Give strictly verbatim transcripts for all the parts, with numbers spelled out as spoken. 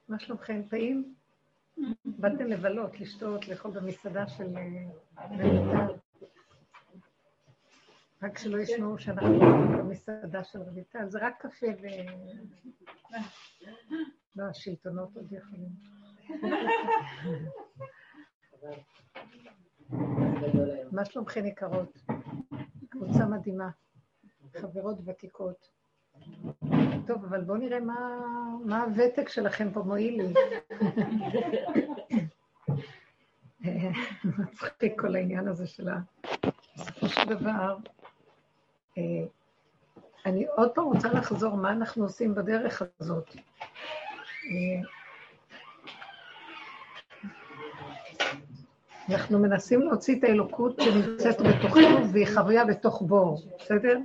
מה שלומכם? טעים? באתם לבלות, לשתות, לאכול במסעדה של רביטל. רק שלא ישמעו שאנחנו במסעדה של רביטל. זה רק קפה ו... לא, השלטונות עוד יכולים. מה שלומכם יקרות? קבוצה מדהימה. חברות ותיקות. טוב, אבל בואו נראה מה, מה הוותק שלכם פה מועיל לי. מצחיק כל העניין הזה שלה. בסופו של דבר, אני עוד פעם רוצה לחזור מה אנחנו עושים בדרך הזאת. אנחנו מנסים להוציא את האלוקות שנמצאת בתוכנו והיא חוויה בתוך בור, בסדר?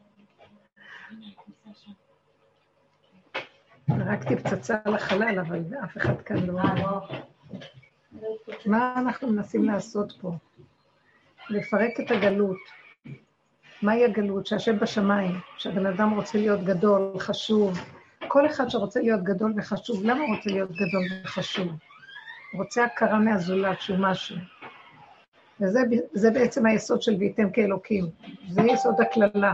זרקתי פצצה לחלל, אבל אף אחד כאן לא... מה אנחנו מנסים לעשות פה? לפרק את הגלות. מהי הגלות? שהשם בשמיים, שהבן אדם רוצה להיות גדול, חשוב. כל אחד שרוצה להיות גדול וחשוב, למה הוא רוצה להיות גדול וחשוב? הוא רוצה הכרה מהזולת שהוא משהו. וזה בעצם היסוד של ויתם כאלוקים. זה יסוד הכללה.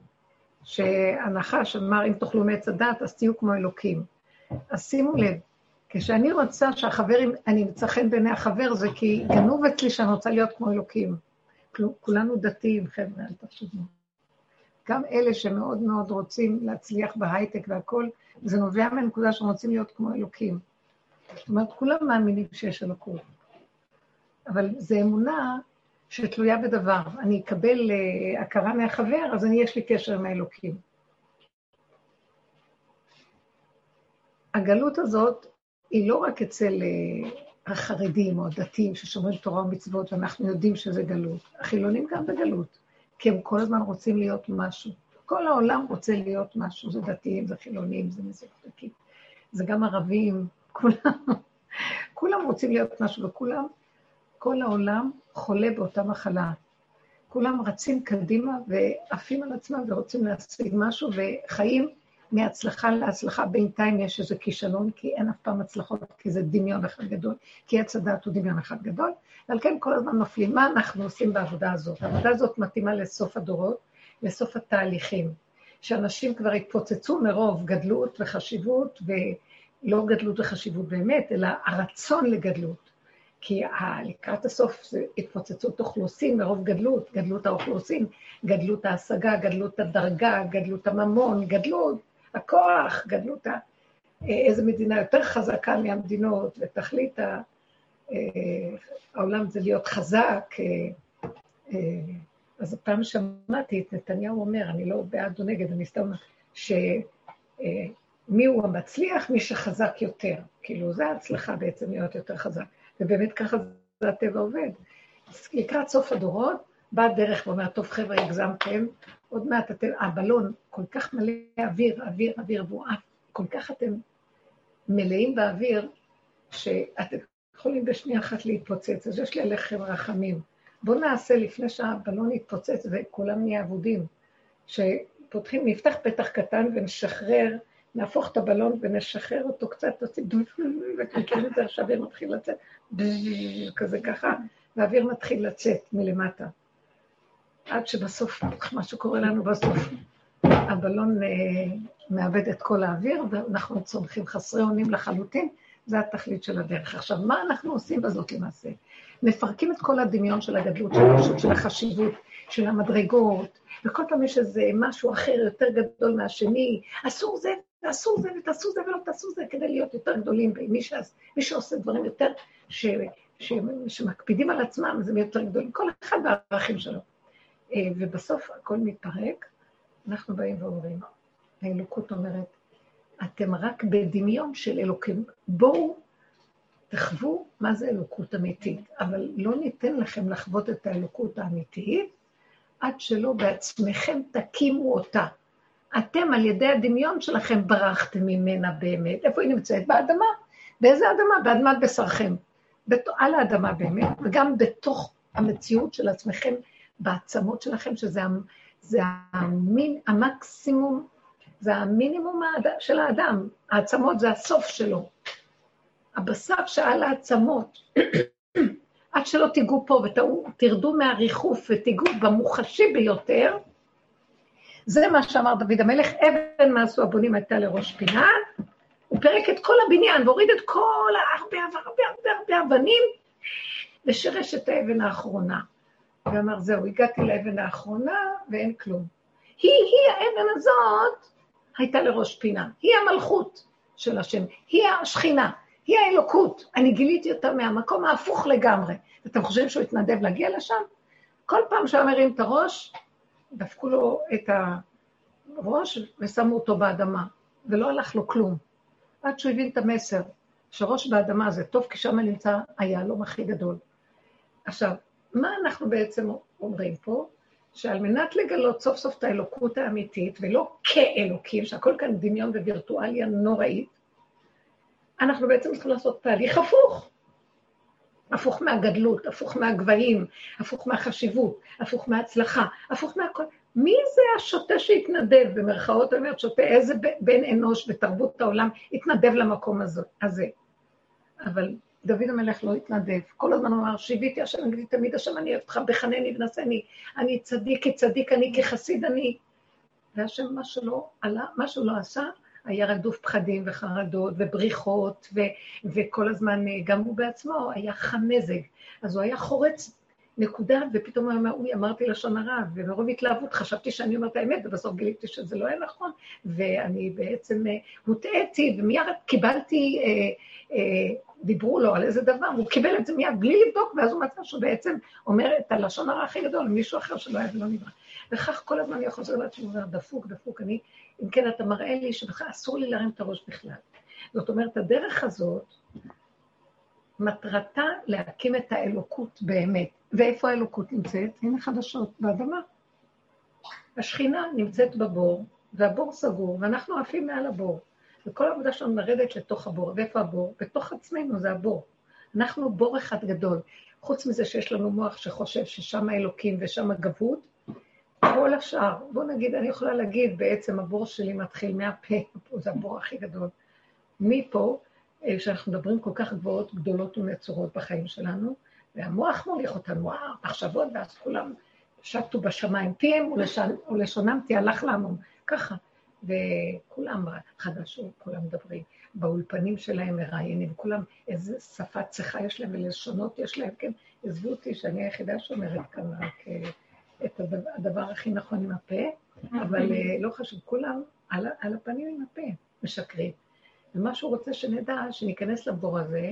שהנחש אמר, אם תאכלו מעץ הדת, אז תהיו כמו אלוקים. אז שימו לב, כשאני רוצה שהחברים, אני מצא חן בעיני החבר, זה כי גנוב אצלי שאני רוצה להיות כמו אלוקים. כולנו דתיים, חבר'ה, אל תחשבו. גם אלה שמאוד מאוד רוצים להצליח בהייטק והכל, זה נובע מנקודה שהם רוצים להיות כמו אלוקים. זאת אומרת, כולם מאמינים שיש אלוקות. אבל זו אמונה שתלויה בדבר. אני אקבל uh, הכרה מהחבר, אז אני יש לי קשר עם האלוקים. הגלות הזאת היא לא רק אצל uh, החרדים או הדתיים ששומרים תורה ומצוות, ואנחנו יודעים שזה גלות. החילונים גם בגלות, כי הם כל הזמן רוצים להיות משהו. כל העולם רוצה להיות משהו, זה דתיים, זה חילונים, זה מזרחים. זה גם ערבים, כולם, כולם רוצים להיות משהו, וכולם, כל העולם חולה באותה מחלה. כולם רצים קדימה ועפים על עצמם ורוצים להשיג משהו, וחיים מהצלחה להצלחה. בינתיים יש איזה כישלון, כי אין אף פעם הצלחות, כי זה דמיון אחד גדול, כי עץ הדת הוא דמיון אחד גדול, ועל כן כל הזמן נופלים. מה אנחנו עושים בעבודה הזאת? העבודה הזאת מתאימה לסוף הדורות, לסוף התהליכים, שאנשים כבר התפוצצו מרוב גדלות וחשיבות, ולא גדלות וחשיבות באמת, אלא הרצון לגדלות. כי לקראת הסוף זה התפוצצות אוכלוסין מרוב גדלות, גדלות האוכלוסין, גדלות ההשגה, גדלות הדרגה, גדלות הממון, גדלות הכוח, גדלות ה... איזה מדינה יותר חזקה מהמדינות, ותכלית העולם זה להיות חזק. אז הפעם שמעתי את נתניהו אומר, אני לא בעד או נגד, אני סתם אומר, שמי הוא המצליח? מי שחזק יותר. כאילו, זה ההצלחה בעצם להיות יותר חזק. ובאמת ככה זה הטבע עובד. אז לקראת סוף הדורות, בא דרך ואומר, טוב חבר'ה, הגזמתם, עוד מעט אתם, הבלון כל כך מלא אוויר, אוויר, אוויר, והוא אף, כל כך אתם מלאים באוויר, שאתם יכולים בשנייה אחת להתפוצץ, אז יש לי עליכם רחמים. בואו נעשה לפני שהבלון יתפוצץ וכולם נהיה עבודים, שפותחים, נפתח פתח קטן ונשחרר, נהפוך את הבלון ונשחרר אותו קצת, וכאילו את זה שהאוויר מתחיל לצאת, כזה ככה, והאוויר מתחיל לצאת מלמטה. עד שבסוף, מה שקורה לנו בסוף, הבלון מאבד את כל האוויר, ואנחנו צומחים חסרי אונים לחלוטין, זה התכלית של הדרך. עכשיו, מה אנחנו עושים בזאת למעשה? מפרקים את כל הדמיון של הגדלות, של הפשוט, של החשיבות, של המדרגות, וכל פעם יש איזה משהו אחר יותר גדול מהשני, אסור זה, תעשו זה, ותעשו זה, ולא תעשו זה, כדי להיות יותר גדולים, ומי שעש, מי שעושה דברים יותר, ש, ש, שמקפידים על עצמם, זה יותר גדולים, כל אחד בערכים שלו. ובסוף הכל מתפרק, אנחנו באים ואומרים, האלוקות אומרת, אתם רק בדמיון של אלוקים, בואו תחוו מה זה אלוקות אמיתית, אבל לא ניתן לכם לחוות את האלוקות האמיתית, עד שלא בעצמכם תקימו אותה. אתם על ידי הדמיון שלכם ברחתם ממנה באמת. איפה היא נמצאת? באדמה. באיזה אדמה? באדמת בשרכם. בת... על האדמה באמת, וגם בתוך המציאות של עצמכם, בעצמות שלכם, שזה זה המין, המקסימום, זה המינימום של האדם. העצמות זה הסוף שלו. הבשר שעל העצמות, עד שלא תיגעו פה ותרדו מהריחוף ותיגעו במוחשי ביותר, זה מה שאמר דוד המלך, אבן מעשו הבונים הייתה לראש פינה, הוא פרק את כל הבניין והוריד את כל הרבה הרבה הרבה הרבה אבנים, ושרש את האבן האחרונה. ואמר זהו, הגעתי לאבן האחרונה ואין כלום. היא, היא האבן הזאת הייתה לראש פינה, היא המלכות של השם, היא השכינה, היא האלוקות. אני גיליתי אותה מהמקום ההפוך לגמרי. אתם חושבים שהוא התנדב להגיע לשם? כל פעם שהוא מרים את הראש, דפקו לו את הראש ושמו אותו באדמה, ולא הלך לו כלום. עד שהוא הבין את המסר, שראש באדמה זה טוב, כי שם נמצא היהלום הכי גדול. עכשיו, מה אנחנו בעצם אומרים פה? שעל מנת לגלות סוף סוף את האלוקות האמיתית, ולא כאלוקים, שהכל כאן דמיון ווירטואליה נוראית, אנחנו בעצם צריכים לעשות תהליך הפוך. הפוך מהגדלות, הפוך מהגבהים, הפוך מהחשיבות, הפוך מההצלחה, הפוך מהכל. מי זה השוטה שהתנדב, במרכאות אומרת שוטה, איזה בן אנוש בתרבות העולם התנדב למקום הזה? אבל דוד המלך לא התנדב. כל הזמן הוא אמר, שיביתי השם, אני תמיד השם, אני אוהב אותך, בחנני ונשאני, אני צדיק כצדיק, אני כחסיד, אני... והשם מה שלא עלה, מה שהוא לא עשה, היה רדוף פחדים וחרדות ובריחות, ו- וכל הזמן גם הוא בעצמו היה חמזג. אז הוא היה חורץ נקודה, ופתאום הוא אמר, אוי, אמרתי לשון הרע, ומרוב התלהבות חשבתי שאני אומרת האמת, ובסוף גיליתי שזה לא היה נכון, ואני בעצם הוטעתי, ומיד קיבלתי, אה, אה, דיברו לו על איזה דבר, הוא קיבל את זה מיד בלי לבדוק, ואז הוא מצא שהוא בעצם אומר את הלשון הרע הכי גדול, למישהו אחר שלא היה ולא נברא. וכך כל הזמן אני חוזר לעצמי, דפוק, דפוק, אני, אם כן אתה מראה לי שבכלל אסור לי להרים את הראש בכלל. זאת אומרת, הדרך הזאת, מטרתה להקים את האלוקות באמת. ואיפה האלוקות נמצאת? הנה חדשות, באדמה. השכינה נמצאת בבור, והבור סגור, ואנחנו עפים מעל הבור. וכל העבודה שלנו מרדת לתוך הבור. ואיפה הבור? בתוך עצמנו זה הבור. אנחנו בור אחד גדול. חוץ מזה שיש לנו מוח שחושב ששם האלוקים ושם הגבות, כל השאר, בוא נגיד, אני יכולה להגיד, בעצם הבור שלי מתחיל מהפה, זה הבור הכי גדול. מפה, שאנחנו מדברים כל כך גבוהות, גדולות ונצורות בחיים שלנו, והמוח מוליך אותנו, מחשבות, ואז כולם שטו בשמיים, פיהם ולשון, ולשונם תהלך להמון, ככה. וכולם חדשות, כולם מדברים, באולפנים שלהם מראיינים, כולם איזה שפת שיחה יש להם ולשונות יש להם, כן, עזבו אותי שאני היחידה שאומרת כאן רק את הדבר, הדבר הכי נכון עם הפה, אבל לא חשוב, כולם על, על הפנים עם הפה, משקרים. ומה שהוא רוצה שנדע, שניכנס לבור הזה,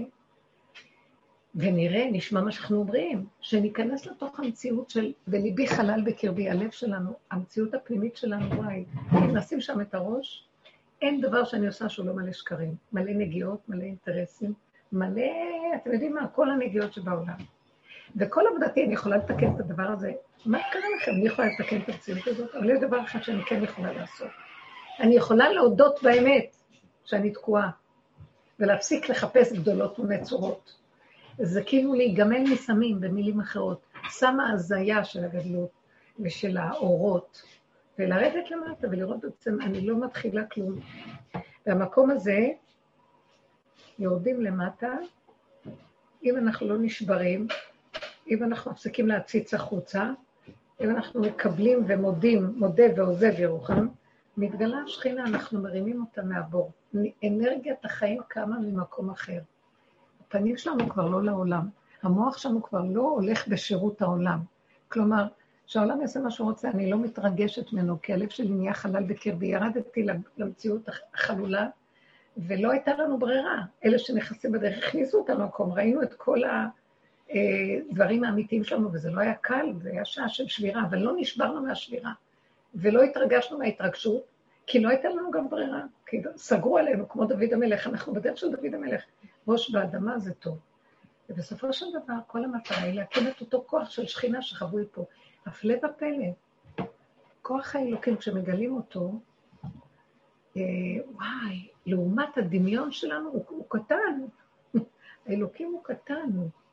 ונראה, נשמע מה שאנחנו אומרים, שניכנס לתוך המציאות של, וליבי חלל בקרבי, הלב שלנו, המציאות הפנימית שלנו, וואי, אם נשים שם את הראש, אין דבר שאני עושה שהוא לא מלא שקרים, מלא נגיעות, מלא אינטרסים, מלא, אתם יודעים מה, כל הנגיעות שבעולם. וכל עבודתי אני יכולה לתקן את הדבר הזה. מה קרה לכם? אני יכולה לתקן את המציאות הזאת, אבל יש דבר אחד שאני כן יכולה לעשות. אני יכולה להודות באמת שאני תקועה, ולהפסיק לחפש גדולות ונצורות. זה כאילו להיגמל מסמים במילים אחרות. שמה הזיה של הגדלות ושל האורות, ולרדת למטה ולראות את זה, אני לא מתחילה כלום. והמקום הזה, יורדים למטה, אם אנחנו לא נשברים, אם אנחנו מפסיקים להציץ החוצה, אם אנחנו מקבלים ומודים, מודה ועוזב ירוחם, מתגלה השכינה, אנחנו מרימים אותה מהבור. אנרגיית החיים קמה ממקום אחר. הפנים שלנו כבר לא לעולם. המוח שלנו כבר לא הולך בשירות העולם. כלומר, שהעולם יעשה מה שהוא רוצה, אני לא מתרגשת ממנו, כי הלב שלי נהיה חלל בקרבי. ירדתי למציאות החלולה, ולא הייתה לנו ברירה. אלה שנכנסים בדרך, הכניסו אותנו למקום, ראינו את כל הדברים האמיתיים שלנו, וזה לא היה קל, זה היה שעה של שבירה, אבל לא נשברנו מהשבירה. ולא התרגשנו מההתרגשות, כי לא הייתה לנו גם ברירה, כי סגרו עלינו, כמו דוד המלך, אנחנו בדרך של דוד המלך, ראש באדמה זה טוב. ובסופו של דבר, כל המטרה היא להקים את אותו כוח של שכינה שחבוי פה. הפלא ופלא, כוח האלוקים, כשמגלים אותו, אה, וואי, לעומת הדמיון שלנו, הוא, הוא קטן. האלוקים הוא קטן,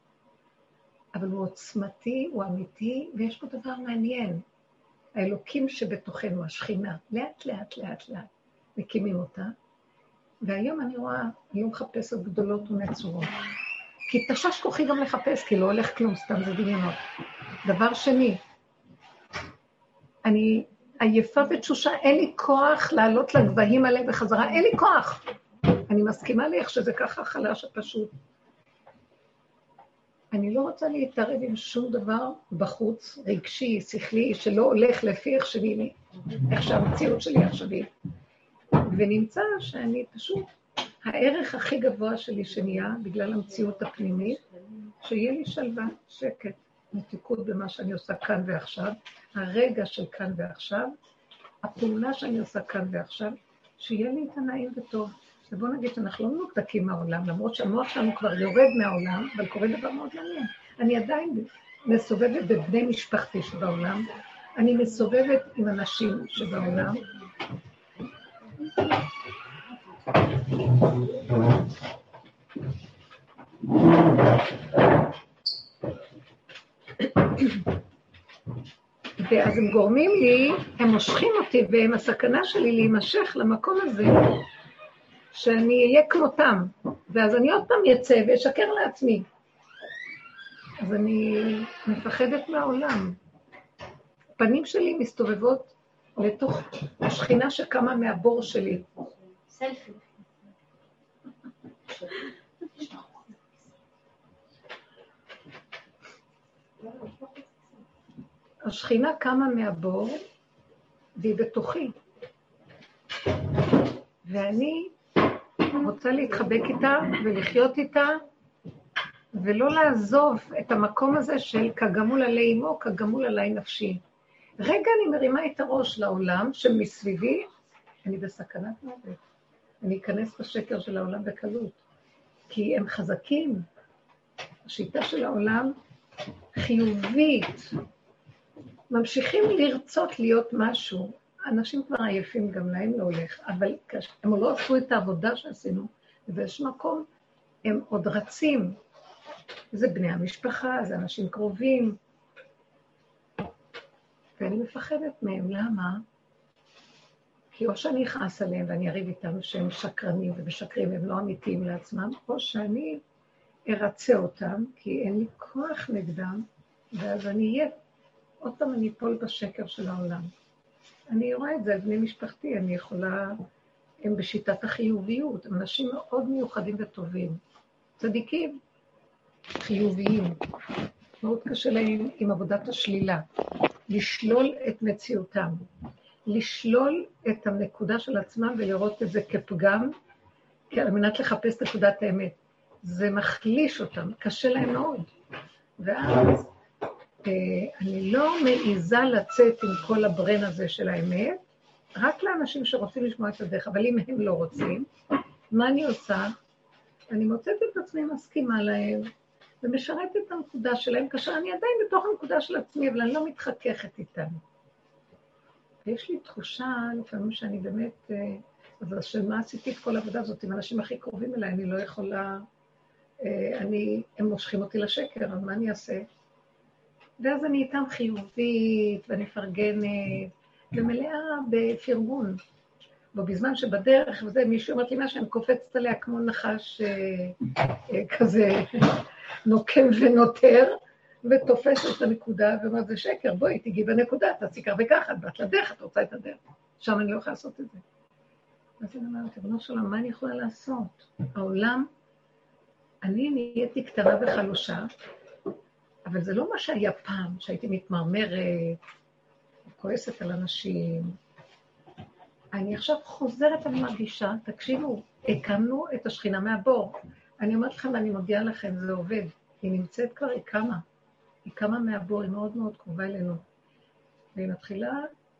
אבל הוא עוצמתי, הוא אמיתי, ויש פה דבר מעניין. האלוקים שבתוכנו, השכינה, לאט לאט לאט לאט, מקימים אותה, והיום אני רואה, אני לא מחפשת גדולות ונצורות. כי תשש כוחי גם לחפש, כי לא הולך כלום, סתם זה דמיונות. דבר שני, אני עייפה ותשושה, אין לי כוח לעלות לגבהים עליהם בחזרה, אין לי כוח. אני מסכימה לי איך שזה ככה חלש הפשוט. אני לא רוצה להתערב עם שום דבר בחוץ, רגשי, שכלי, שלא הולך לפי איך שלי, איך שהמציאות שלי עכשווית. ונמצא שאני פשוט, הערך הכי גבוה שלי שנהיה, בגלל המציאות הפנימית, שיהיה לי שלווה, שקט, מתיקות במה שאני עושה כאן ועכשיו, הרגע של כאן ועכשיו, הפעולה שאני עושה כאן ועכשיו, שיהיה לי את הנעים וטוב. ובוא נגיד שאנחנו לא מנותקים מהעולם, למרות שהמוח שלנו כבר יורד מהעולם, אבל קורה דבר מאוד מעניין. אני עדיין מסובבת בבני משפחתי שבעולם, אני מסובבת עם אנשים שבעולם, ואז הם גורמים לי, הם מושכים אותי, והם הסכנה שלי להימשך למקום הזה, שאני אהיה כמותם, ואז אני עוד פעם יצא ואשקר לעצמי. אז אני מפחדת מהעולם. הפנים שלי מסתובבות לתוך השכינה שקמה מהבור שלי. סלפי. השכינה קמה מהבור, והיא בתוכי. ואני רוצה להתחבק איתה ולחיות איתה, ולא לעזוב את המקום הזה של כגמול עלי אמו, כגמול עלי נפשי. רגע אני מרימה את הראש לעולם שמסביבי, אני בסכנת מוות. אני אכנס בשקר של העולם בקלות, כי הם חזקים. השיטה של העולם חיובית, ממשיכים לרצות להיות משהו. אנשים כבר עייפים, גם להם לא הולך, אבל הם לא עשו את העבודה שעשינו, ובאיזשהו מקום הם עוד רצים. זה בני המשפחה, זה אנשים קרובים, ואני מפחדת מהם. למה? כי או שאני אכעס עליהם ואני אריב איתם שהם שקרנים ומשקרים, הם לא אמיתיים לעצמם, או שאני ארצה אותם, כי אין לי כוח נגדם, ואז אני אהיה, עוד פעם אני אפול בשקר של העולם. אני רואה את זה, בני משפחתי, אני יכולה, הם בשיטת החיוביות, הם אנשים מאוד מיוחדים וטובים, צדיקים, חיוביים, מאוד קשה להם עם עבודת השלילה, לשלול את מציאותם, לשלול את הנקודה של עצמם ולראות את זה כפגם, על מנת לחפש נקודת האמת. זה מחליש אותם, קשה להם מאוד. ואז אני לא מעיזה לצאת עם כל הברן הזה של האמת, רק לאנשים שרוצים לשמוע את הדרך, אבל אם הם לא רוצים, מה אני עושה? אני מוצאת את עצמי מסכימה להם, ומשרת את הנקודה שלהם, כאשר אני עדיין בתוך הנקודה של עצמי, אבל אני לא מתחככת איתם. ויש לי תחושה, לפעמים שאני באמת, אז של מה עשיתי את כל העבודה הזאת, עם האנשים הכי קרובים אליי, אני לא יכולה, אני, הם מושכים אותי לשקר, אז מה אני אעשה? ואז אני איתם חיובית, ואני פרגנת, ומלאה בפרגון. ובזמן שבדרך, וזה מישהו אומרת לי מה שאני קופצת עליה כמו נחש כזה נוקם ונותר, ותופס את הנקודה, ואומרת, זה שקר, בואי, תגיעי בנקודה, תעשי כך וכך, את באת לדרך, את רוצה את הדרך. שם אני לא יכולה לעשות את זה. אז אני אומרת, ריבונו של עולם, מה אני יכולה לעשות? העולם, אני נהייתי קטנה וחלושה, אבל זה לא מה שהיה פעם, שהייתי מתמרמרת, כועסת על אנשים. אני עכשיו חוזרת, אני מרגישה, תקשיבו, הקמנו את השכינה מהבור. אני אומרת לכם, אני מודיעה לכם, זה עובד. היא נמצאת כבר, היא קמה. היא קמה מהבור, היא מאוד מאוד קרובה אלינו. והיא מתחילה,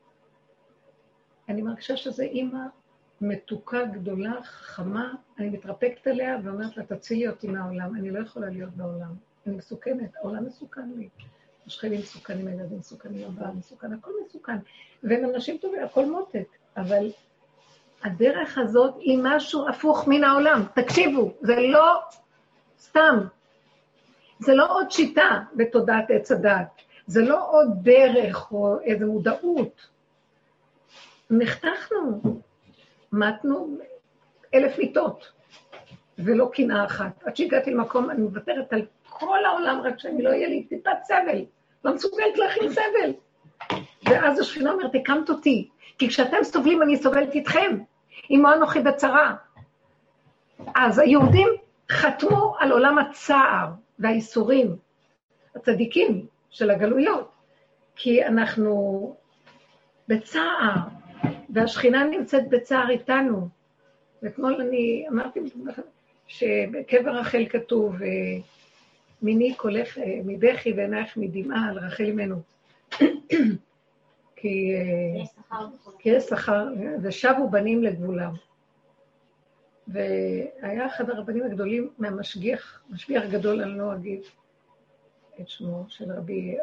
אני מרגישה שזה אימא מתוקה, גדולה, חכמה, אני מתרפקת עליה ואומרת לה, תצילי אותי מהעולם, אני לא יכולה להיות בעולם. אני מסוכנת, העולם מסוכן לי. השכנים מסוכנים, הילדים מסוכנים, הבעל מסוכן, הכל מסוכן. והם אנשים טובים, הכל מותק. אבל הדרך הזאת היא משהו הפוך מן העולם. תקשיבו, זה לא סתם. זה לא עוד שיטה בתודעת עץ הדת. זה לא עוד דרך או איזו מודעות. נחתכנו, מתנו, אלף מיטות, ולא קנאה אחת. עד שהגעתי למקום, אני מוותרת על כל העולם, רק שאני לא יהיה לי טיפת סבל. לא מסוגלת להכין סבל. ואז השכינה אומרת, הקמת אותי, כי כשאתם סובלים, אני סובלת איתכם. אמו אנוכי בצרה. אז היהודים חתמו על עולם הצער והאיסורים, הצדיקים של הגלויות, כי אנחנו בצער, והשכינה נמצאת בצער איתנו. ואתמול אני אמרתי שבקבר רחל כתוב, מיני קולך מבכי ועינייך מדמעה על רחל אמנו. כי יש שכר, ושבו בנים לגבולם. והיה אחד הרבנים הגדולים מהמשגיח, משגיח גדול, אני לא אגיד את שמו, של רבי,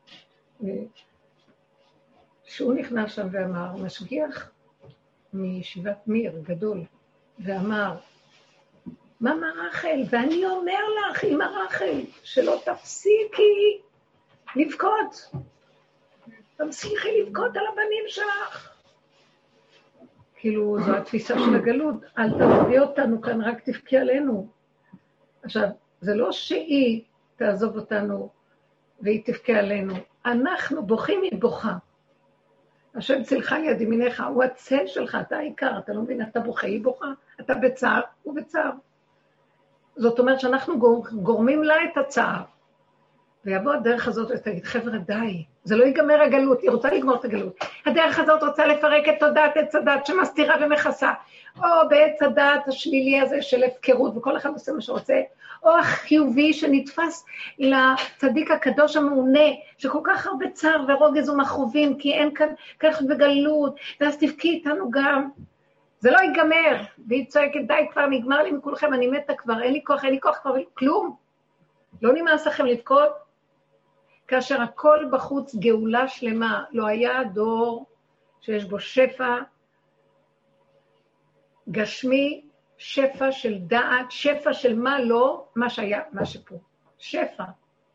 שהוא נכנס שם ואמר, משגיח מישיבת מיר גדול, ואמר, מה רחל? ואני אומר לך, אמא רחל, שלא תפסיקי לבכות. תמשיכי לבכות על הבנים שלך. כאילו, זו התפיסה של הגלות, אל תעזבי אותנו כאן, רק תבכי עלינו. עכשיו, זה לא שהיא תעזוב אותנו והיא תבכה עלינו. אנחנו בוכים, היא בוכה. השם צילך ליד ימינך, הוא הצל שלך, אתה העיקר, אתה לא מבין, אתה בוכה, היא בוכה, אתה בצער, הוא בצער. זאת אומרת שאנחנו גורמים לה את הצער. ויבוא הדרך הזאת ותגיד, חבר'ה, די, זה לא ייגמר הגלות, היא רוצה לגמור את הגלות. הדרך הזאת רוצה לפרק את תודעת עץ הדת שמסתירה ומכסה, או בעץ הדת השלילי הזה של הפקרות, וכל אחד עושה מה שרוצה, או החיובי שנתפס לצדיק הקדוש המעונה, שכל כך הרבה צער ורוגז ומחרובים, כי אין כאן כך בגלות, ואז תבכי איתנו גם. זה לא ייגמר, והיא צועקת, די, כבר נגמר לי מכולכם, אני מתה כבר, אין לי כוח, אין לי כוח כבר, כלום. לא נמאס לכם לבכות, כאשר הכל בחוץ גאולה שלמה, לא היה דור שיש בו שפע גשמי, שפע של דעת, שפע של מה לא, מה שהיה, מה שפה, שפע.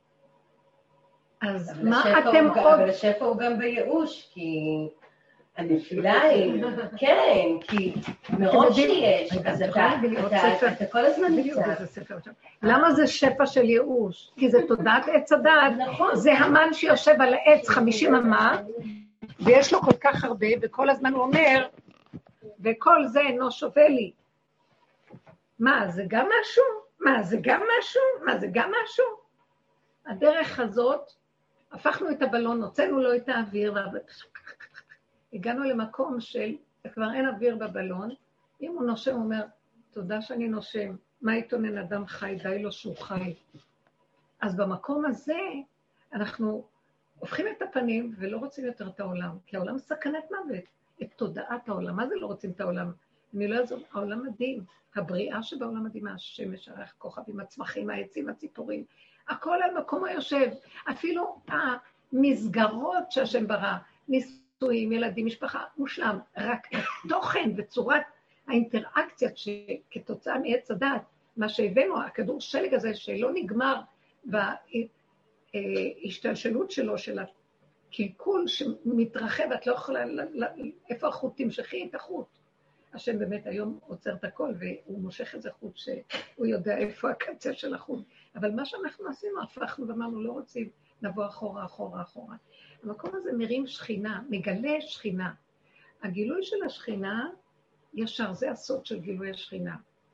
אז מה אתם עוד... אבל השפע הוא גם בייאוש, כי הנפילה היא, כן, כי מרוב שיש, אז אתה כל הזמן נמצא. למה זה שפע של ייאוש? כי זה תודעת עץ הדעת, זה המן שיושב על העץ חמישים אמה, ויש לו כל כך הרבה, וכל הזמן הוא אומר, וכל זה אינו שווה לי. מה, זה גם משהו? מה, זה גם משהו? מה, זה גם משהו? הדרך הזאת, הפכנו את הבלון, הוצאנו לו את האוויר, הגענו למקום של, כבר אין אוויר בבלון, אם הוא נושם, הוא אומר, תודה שאני נושם, מה יתונן אדם חי, די לו שהוא חי. אז במקום הזה, אנחנו הופכים את הפנים, ולא רוצים יותר את העולם, כי העולם סכנת מוות, את תודעת העולם. מה זה לא רוצים את העולם? אני לא אעזור, העולם מדהים, הבריאה שבעולם מדהימה, השמש, הריח, כוכבים, הצמחים, העצים, הציפורים, הכל על מקום היושב, אפילו המסגרות שהשם ברא, נישואים, ילדים, משפחה, מושלם, רק התוכן וצורת האינטראקציה שכתוצאה מעץ הדעת, מה שהבאנו, הכדור שלג הזה שלא נגמר בהשתלשלות שלו, של הקלקול שמתרחב, את לא יכולה, איפה החוט תמשכי את החוט? השם באמת היום עוצר את הכל, והוא מושך איזה חוט שהוא יודע איפה הקצה של החוט. אבל מה שאנחנו עשינו, הפכנו ואמרנו, לא רוצים לבוא אחורה, אחורה, אחורה. המקום הזה מרים שכינה, מגלה שכינה. הגילוי של השכינה, ישר, זה הסוד של גילוי השכינה.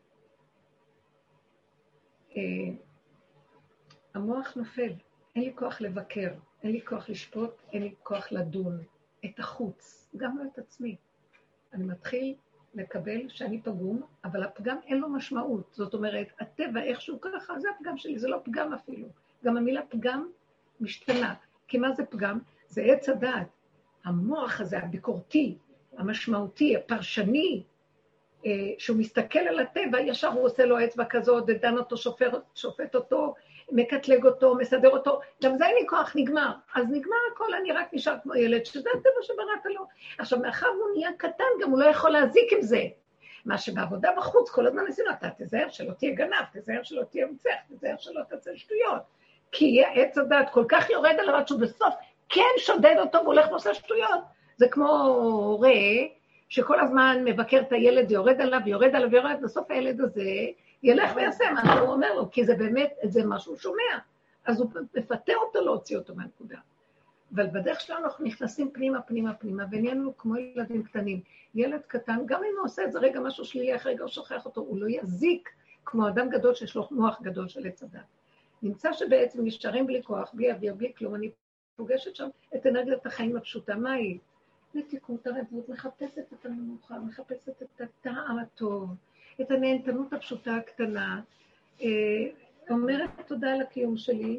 המוח נופל, אין לי כוח לבקר, אין לי כוח לשפוט, אין לי כוח לדון את החוץ, גם לא את עצמי. אני מתחיל לקבל שאני פגום, אבל הפגם אין לו משמעות. זאת אומרת, הטבע איכשהו ככה, זה הפגם שלי, זה לא פגם אפילו. גם המילה פגם משתנה. כי מה זה פגם? זה עץ הדעת. המוח הזה, הביקורתי, המשמעותי, הפרשני, שהוא מסתכל על הטבע, ישר הוא עושה לו אצבע כזאת, ודן אותו, שופט, שופט אותו, מקטלג אותו, מסדר אותו, גם זה אין לי כוח, נגמר. אז נגמר הכל, אני רק נשאר כמו ילד, שזה הטבע שבראת לו. עכשיו, מאחר הוא נהיה קטן, גם הוא לא יכול להזיק עם זה. מה שבעבודה בחוץ, כל הזמן ניסינו, אתה תזהר שלא תהיה גנב, תזהר שלא תהיה מצח, תזהר שלא תצא שטויות. כי עץ הדעת כל כך יורד עליו, שהוא בסוף כן שודד אותו והולך ועושה שטויות. זה כמו הורה שכל הזמן מבקר את הילד, יורד עליו, יורד עליו, יורד, בסוף הילד הזה ילך ויעשה מה שהוא אומר לו, כי זה באמת, זה מה שהוא שומע. אז הוא מפתה אותו להוציא אותו מהנקודה. אבל בדרך שלנו אנחנו נכנסים פנימה, פנימה, פנימה, ונהיינו כמו ילדים קטנים. ילד קטן, גם אם הוא עושה את זה רגע משהו שלילי, אחרי רגע הוא שוכח אותו, הוא לא יזיק כמו אדם גדול שיש לו מוח גדול של עץ הדת. נמצא שבעצם נשארים בלי כוח, בלי אוויר, בלי כלום. אני פוגשת שם את אנרגיית החיים הפשוטה. מה היא? נתיקות הרבות, מחפשת את המנוחה, מחפשת את הטעם הטוב, את הנהנתנות הפשוטה הקטנה, אומרת תודה על הקיום שלי,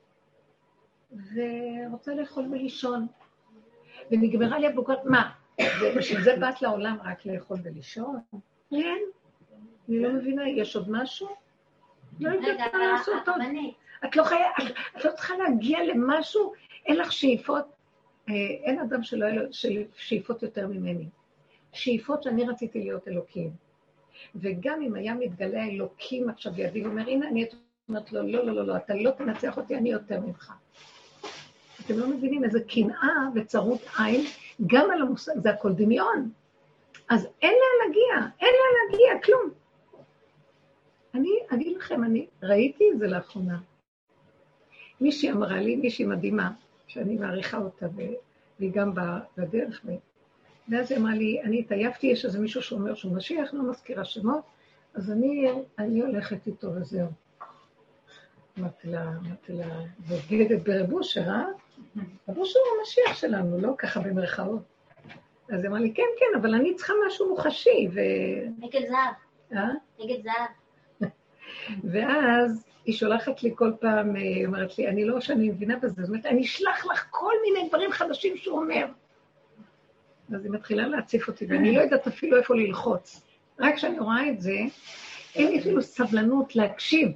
ורוצה לאכול ולישון. ונגמרה לי הבוקר, מה? ובשביל זה באת לעולם רק לאכול ולישון? כן. אני לא מבינה, יש עוד משהו? לא יודעת מה לעשות עוד. את לא חיה, את לא צריכה להגיע למשהו, אין לך שאיפות, אין אדם שלא היה לו שאיפות יותר ממני. שאיפות שאני רציתי להיות אלוקים. וגם אם היה מתגלה אלוקים עכשיו בידי, הוא אומר, הנה אני אומרת לו, לא, לא, לא, לא, אתה לא תנצח אותי, אני יותר ממך. אתם לא מבינים איזה קנאה וצרות עין, גם על המושג, זה הכל דמיון. אז אין לה להגיע, אין לה להגיע, כלום. אני אגיד לכם, אני ראיתי את זה לאחרונה. מישהי אמרה לי, מישהי מדהימה, שאני מעריכה אותה, והיא גם בדרך, ואז היא אמרה לי, אני התעייפתי, יש איזה מישהו שאומר שהוא משיח, לא מזכירה שמות, אז אני, אני הולכת איתו וזהו. אמרתי לה, אמרתי לה, בגדת ברבושר, אה? רבושר הוא המשיח שלנו, לא ככה במרכאות. אז היא אמרה לי, כן, כן, אבל אני צריכה משהו מוחשי, ו... נגד זהב. אה? נגד זהב. ואז היא שולחת לי כל פעם, היא אומרת לי, אני לא שאני מבינה בזה, זאת אומרת, אני אשלח לך כל מיני דברים חדשים שהוא אומר. אז היא מתחילה להציף אותי, ואני לא יודעת אפילו איפה ללחוץ. רק כשאני רואה את זה, אין לי אפילו סבלנות להקשיב.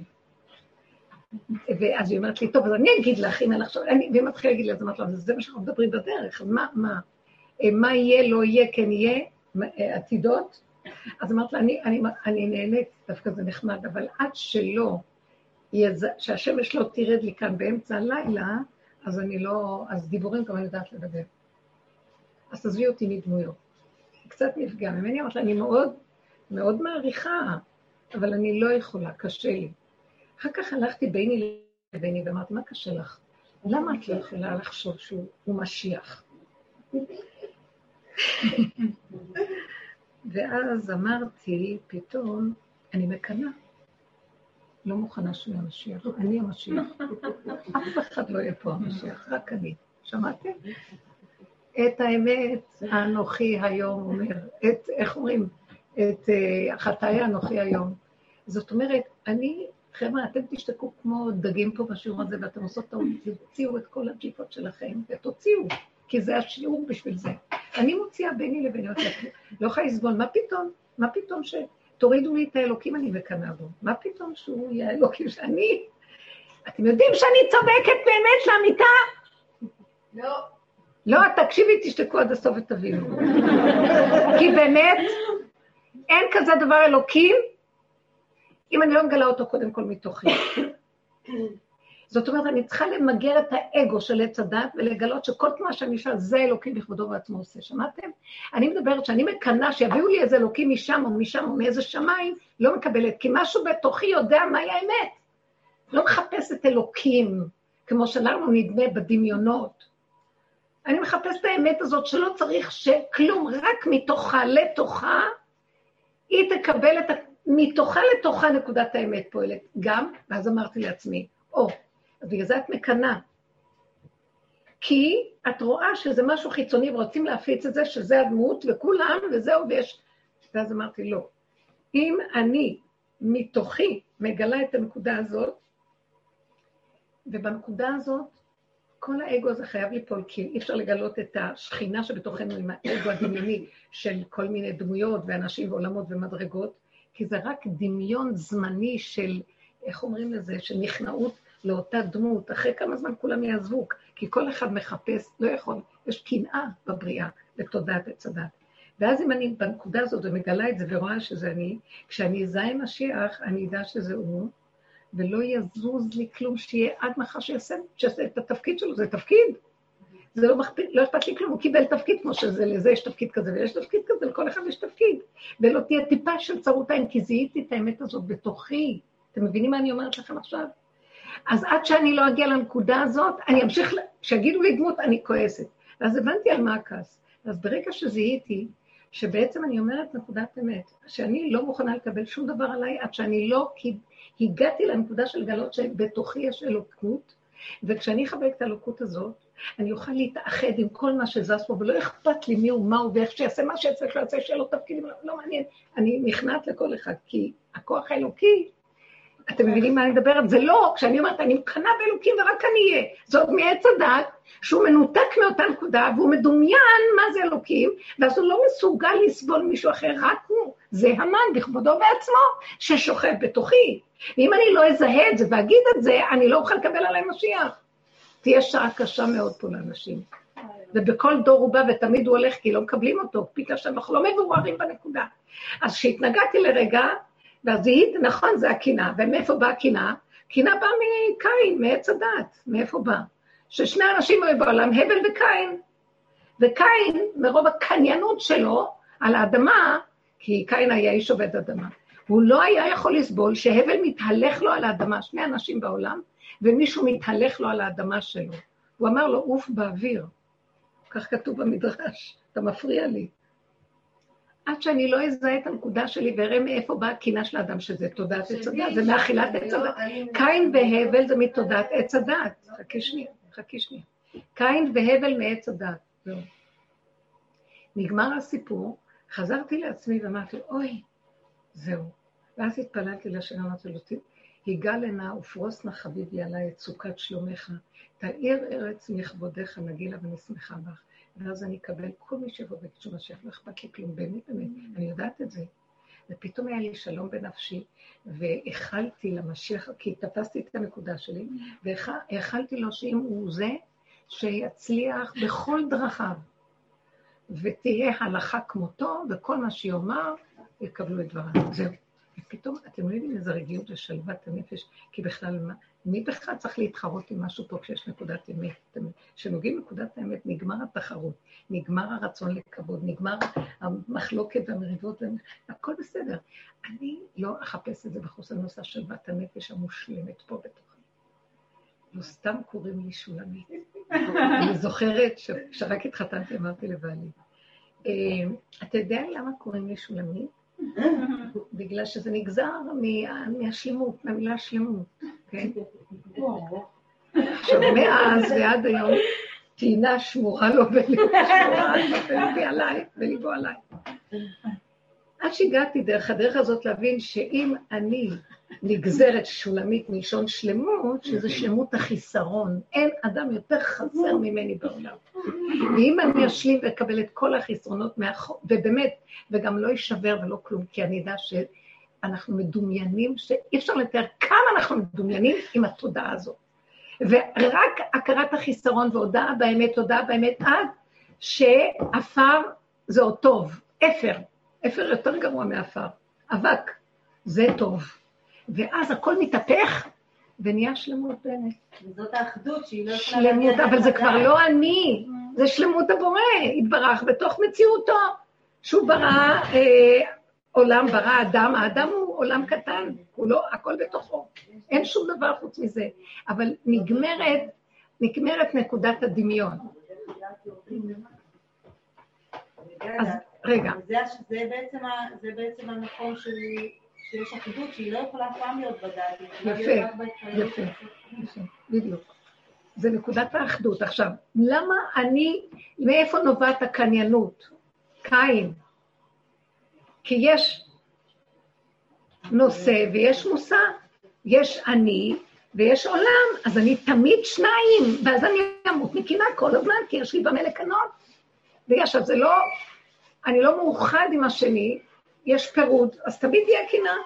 ואז היא אומרת לי, טוב, אז אני אגיד לך, אם אני עכשיו, והיא מתחילה להגיד לי, אז אמרת לה, זה מה שאנחנו מדברים בדרך, מה, מה, מה יהיה, לא יהיה, כן יהיה, עתידות. אז אמרת לה, אני, אני, אני נהנית, דווקא זה נחמד, אבל עד שלא, שהשמש לא תירד לי כאן באמצע הלילה, אז אני לא, אז דיבורים גם אני יודעת לדבר. אז תזבי אותי מדמויות. קצת נפגע ממני, אמרת לה, אני מאוד, מאוד מעריכה, אבל אני לא יכולה, קשה לי. אחר כך הלכתי ביני לביני ואמרתי, מה קשה לך? למה את לא יכולה לחשוב שהוא משיח? ואז אמרתי, פתאום, אני מקנה. לא מוכנה שהוא המשיח, אני המשיח. אף אחד לא יהיה פה המשיח, רק אני. שמעתם? את האמת, האנוכי היום אומר, את, איך אומרים? את החטאי האנוכי היום. זאת אומרת, אני, חבר'ה, אתם תשתקו כמו דגים פה בשיעור הזה, ואתם עושות טעות, תוציאו את כל הג'יפות שלכם, ותוציאו, כי זה השיעור בשביל זה. אני מוציאה ביני לביני, לא יכולה לסבול, מה פתאום? מה פתאום שתורידו לי את האלוקים אני מקנה בו? מה פתאום שהוא יהיה האלוקים שאני? אתם יודעים שאני צודקת באמת לאמיתה? לא. לא, תקשיבי, תשתקו עד הסוף ותבינו. כי באמת, אין כזה דבר אלוקים, אם אני לא מגלה אותו קודם כל מתוכי. זאת אומרת, אני צריכה למגר את האגו של עץ הדת, ולגלות שכל תנועה שאני אשאל, זה אלוקים בכבודו בעצמו עושה. שמעתם? אני מדברת שאני מקנה שיביאו לי איזה אלוקים משם או משם או מאיזה שמיים, לא מקבלת, כי משהו בתוכי יודע מהי האמת. לא מחפש את אלוקים, כמו שלנו נדמה בדמיונות. אני מחפש את האמת הזאת שלא צריך שכלום, רק מתוכה לתוכה, היא תקבל את ה... מתוכה לתוכה נקודת האמת פועלת גם, ואז אמרתי לעצמי, או, בגלל זה את מקנה. כי את רואה שזה משהו חיצוני ורוצים להפיץ את זה, שזה הדמות וכולם וזהו ויש. ואז אמרתי, לא. אם אני מתוכי מגלה את הנקודה הזאת, ובנקודה הזאת, כל האגו הזה חייב ליפול, כי אי אפשר לגלות את השכינה שבתוכנו עם האגו הדמיוני של כל מיני דמויות ואנשים ועולמות ומדרגות, כי זה רק דמיון זמני של, איך אומרים לזה, של נכנעות לאותה דמות. אחרי כמה זמן כולם יעזבו, כי כל אחד מחפש, לא יכול, יש קנאה בבריאה, בתודעת עץ הדת. ואז אם אני בנקודה הזאת ומגלה את זה ורואה שזה אני, כשאני אזהה משיח, אני אדע שזה הוא, ולא יזוז לי כלום שיהיה עד מחר שיעשה, שיעשה את התפקיד שלו, זה תפקיד. זה לא מכפיל, לא אכפת לי כלום, הוא קיבל תפקיד כמו שזה, לזה יש תפקיד כזה, ויש תפקיד כזה, לכל אחד יש תפקיד. ולא תהיה טיפה של צרות עין, כי זיהיתי את האמת הזאת בתוכי. אתם מבינים מה אני אומרת לכם עכשיו? אז עד שאני לא אגיע לנקודה הזאת, אני אמשיך, שיגידו לי דמות, אני כועסת. אז הבנתי על מה הכעס. אז ברגע שזיהיתי, שבעצם אני אומרת נקודת אמת, שאני לא מוכנה לקבל שום דבר עליי, עד שאני לא, כי הגעתי לנקודה של גלות שבתוכי יש אלוקות, וכשאני אחבק את האלוקות הזאת, אני אוכל להתאחד עם כל מה שזז פה, ולא אכפת לי מי הוא, מה הוא, ואיך שיעשה מה שיעשה, שלא יעשה שאלות תפקידים, לא מעניין. אני נכנעת לכל אחד, כי הכוח האלוקי, אתם מבינים מה אני מדברת? זה לא, כשאני אומרת, אני מקנה באלוקים ורק אני אהיה. זאת מעץ הדת, שהוא מנותק מאותה נקודה, והוא מדומיין מה זה אלוקים, ואז הוא לא מסוגל לסבול מישהו אחר, רק הוא. זה המן בכבודו בעצמו, ששוכב בתוכי. ואם אני לא אזהה את זה ואגיד את זה, אני לא אוכל לקבל עליי משיח. תהיה שעה קשה מאוד פה לאנשים. ובכל דור הוא בא ותמיד הוא הולך, כי לא מקבלים אותו, פתאום שאנחנו לא מבוררים בנקודה. אז כשהתנגדתי לרגע, ואז זיהית, נכון, זה הקינה. ומאיפה באה הקינה? קינה באה מקין, מעץ הדת. מאיפה באה? ששני אנשים היו בעולם, הבל וקין. וקין, מרוב הקניינות שלו על האדמה, כי קין היה איש עובד אדמה, הוא לא היה יכול לסבול שהבל מתהלך לו על האדמה, שני אנשים בעולם, ומישהו מתהלך לו על האדמה שלו. הוא אמר לו, אוף באוויר. כך כתוב במדרש, אתה מפריע לי. עד שאני לא אזהה את הנקודה שלי ואראה מאיפה באה הקינה של האדם, שזה תודעת עץ הדת, זה מאכילת עץ הדת. קין והבל זה מתודעת עץ הדת. חכי שנייה, חכי שנייה. קין והבל מעץ הדת. זהו. נגמר הסיפור, חזרתי לעצמי ואמרתי, אוי, זהו. ואז התפללתי לשם, אמרתי לו, היגע לנה ופרוס נא חביבי עליי את סוכת שלומך, תאיר ארץ מכבודך נגילה ונשמחה בך. ואז אני אקבל כל מי שיבוא בקשו משיח, לא אכפת לי כלום, באמת, באמת, אני יודעת את זה. ופתאום היה לי שלום בנפשי, והאכלתי למשיח, כי תפסתי את הנקודה שלי, והאכלתי לו שאם הוא זה, שיצליח בכל דרכיו, ותהיה הלכה כמותו, וכל מה שיאמר, יקבלו את דבריו. זהו. ופתאום, אתם יודעים איזה רגיעות ושלוות הנפש, כי בכלל, מי בכלל צריך להתחרות עם משהו פה כשיש נקודת אמת? כשנוגעים נקודת האמת, נגמר התחרות, נגמר הרצון לכבוד, נגמר המחלוקת והמריבות, הכל בסדר. אני לא אחפש את זה בחוץ הנושא שלוות הנפש המושלמת פה בתוכי. לא סתם קוראים לי שולמית. אני זוכרת שרק התחתנתי, אמרתי לבעלי. אתה יודע למה קוראים לי שולמית? בגלל שזה נגזר מהשלמות, מהמילה שלמות, כן? עכשיו, מאז ועד היום, תהינה שמורה לו וליבי עליי, וליבו עליי. עד שהגעתי דרך הדרך הזאת להבין שאם אני נגזרת שולמית מלשון שלמות, שזה שלמות החיסרון, אין אדם יותר חסר ממני בעולם. ואם אני אשלים ואקבל את כל החיסרונות מאחור, ובאמת, וגם לא יישבר ולא כלום, כי אני יודע שאנחנו מדומיינים, שאי אפשר לתאר כמה אנחנו מדומיינים עם התודעה הזאת. ורק הכרת החיסרון והודעה באמת, הודעה באמת עד שאפר זה עוד טוב, אפר, אפר יותר גרוע מאפר, אבק, זה טוב. ואז הכל מתהפך, ונהיה שלמות באמת. וזאת האחדות שהיא לא... שלמות, אבל זה כבר לא אני, זה שלמות הבורא, התברך בתוך מציאותו, שהוא ברא אה, עולם, ברא אדם, האדם הוא עולם קטן, הוא לא, הכל בתוכו, אין שום דבר חוץ מזה, אבל נגמרת, נגמרת נקודת הדמיון. אז רגע. זה, זה, בעצם, זה בעצם המקום שלי, שיש אחדות שהיא לא יכולה פעם להיות בדעת. יפה, יפה, יפה, בדיוק. זה נקודת האחדות. עכשיו, למה אני, מאיפה נובעת הקניינות? קין. כי יש נושא ויש מושא, יש אני ויש עולם, אז אני תמיד שניים, ואז אני אמות מקינה כל הזמן, כי יש לי במה לקנות. ויש, אז זה לא, אני לא מאוחד עם השני, יש פירוד, אז תמיד יהיה קינה.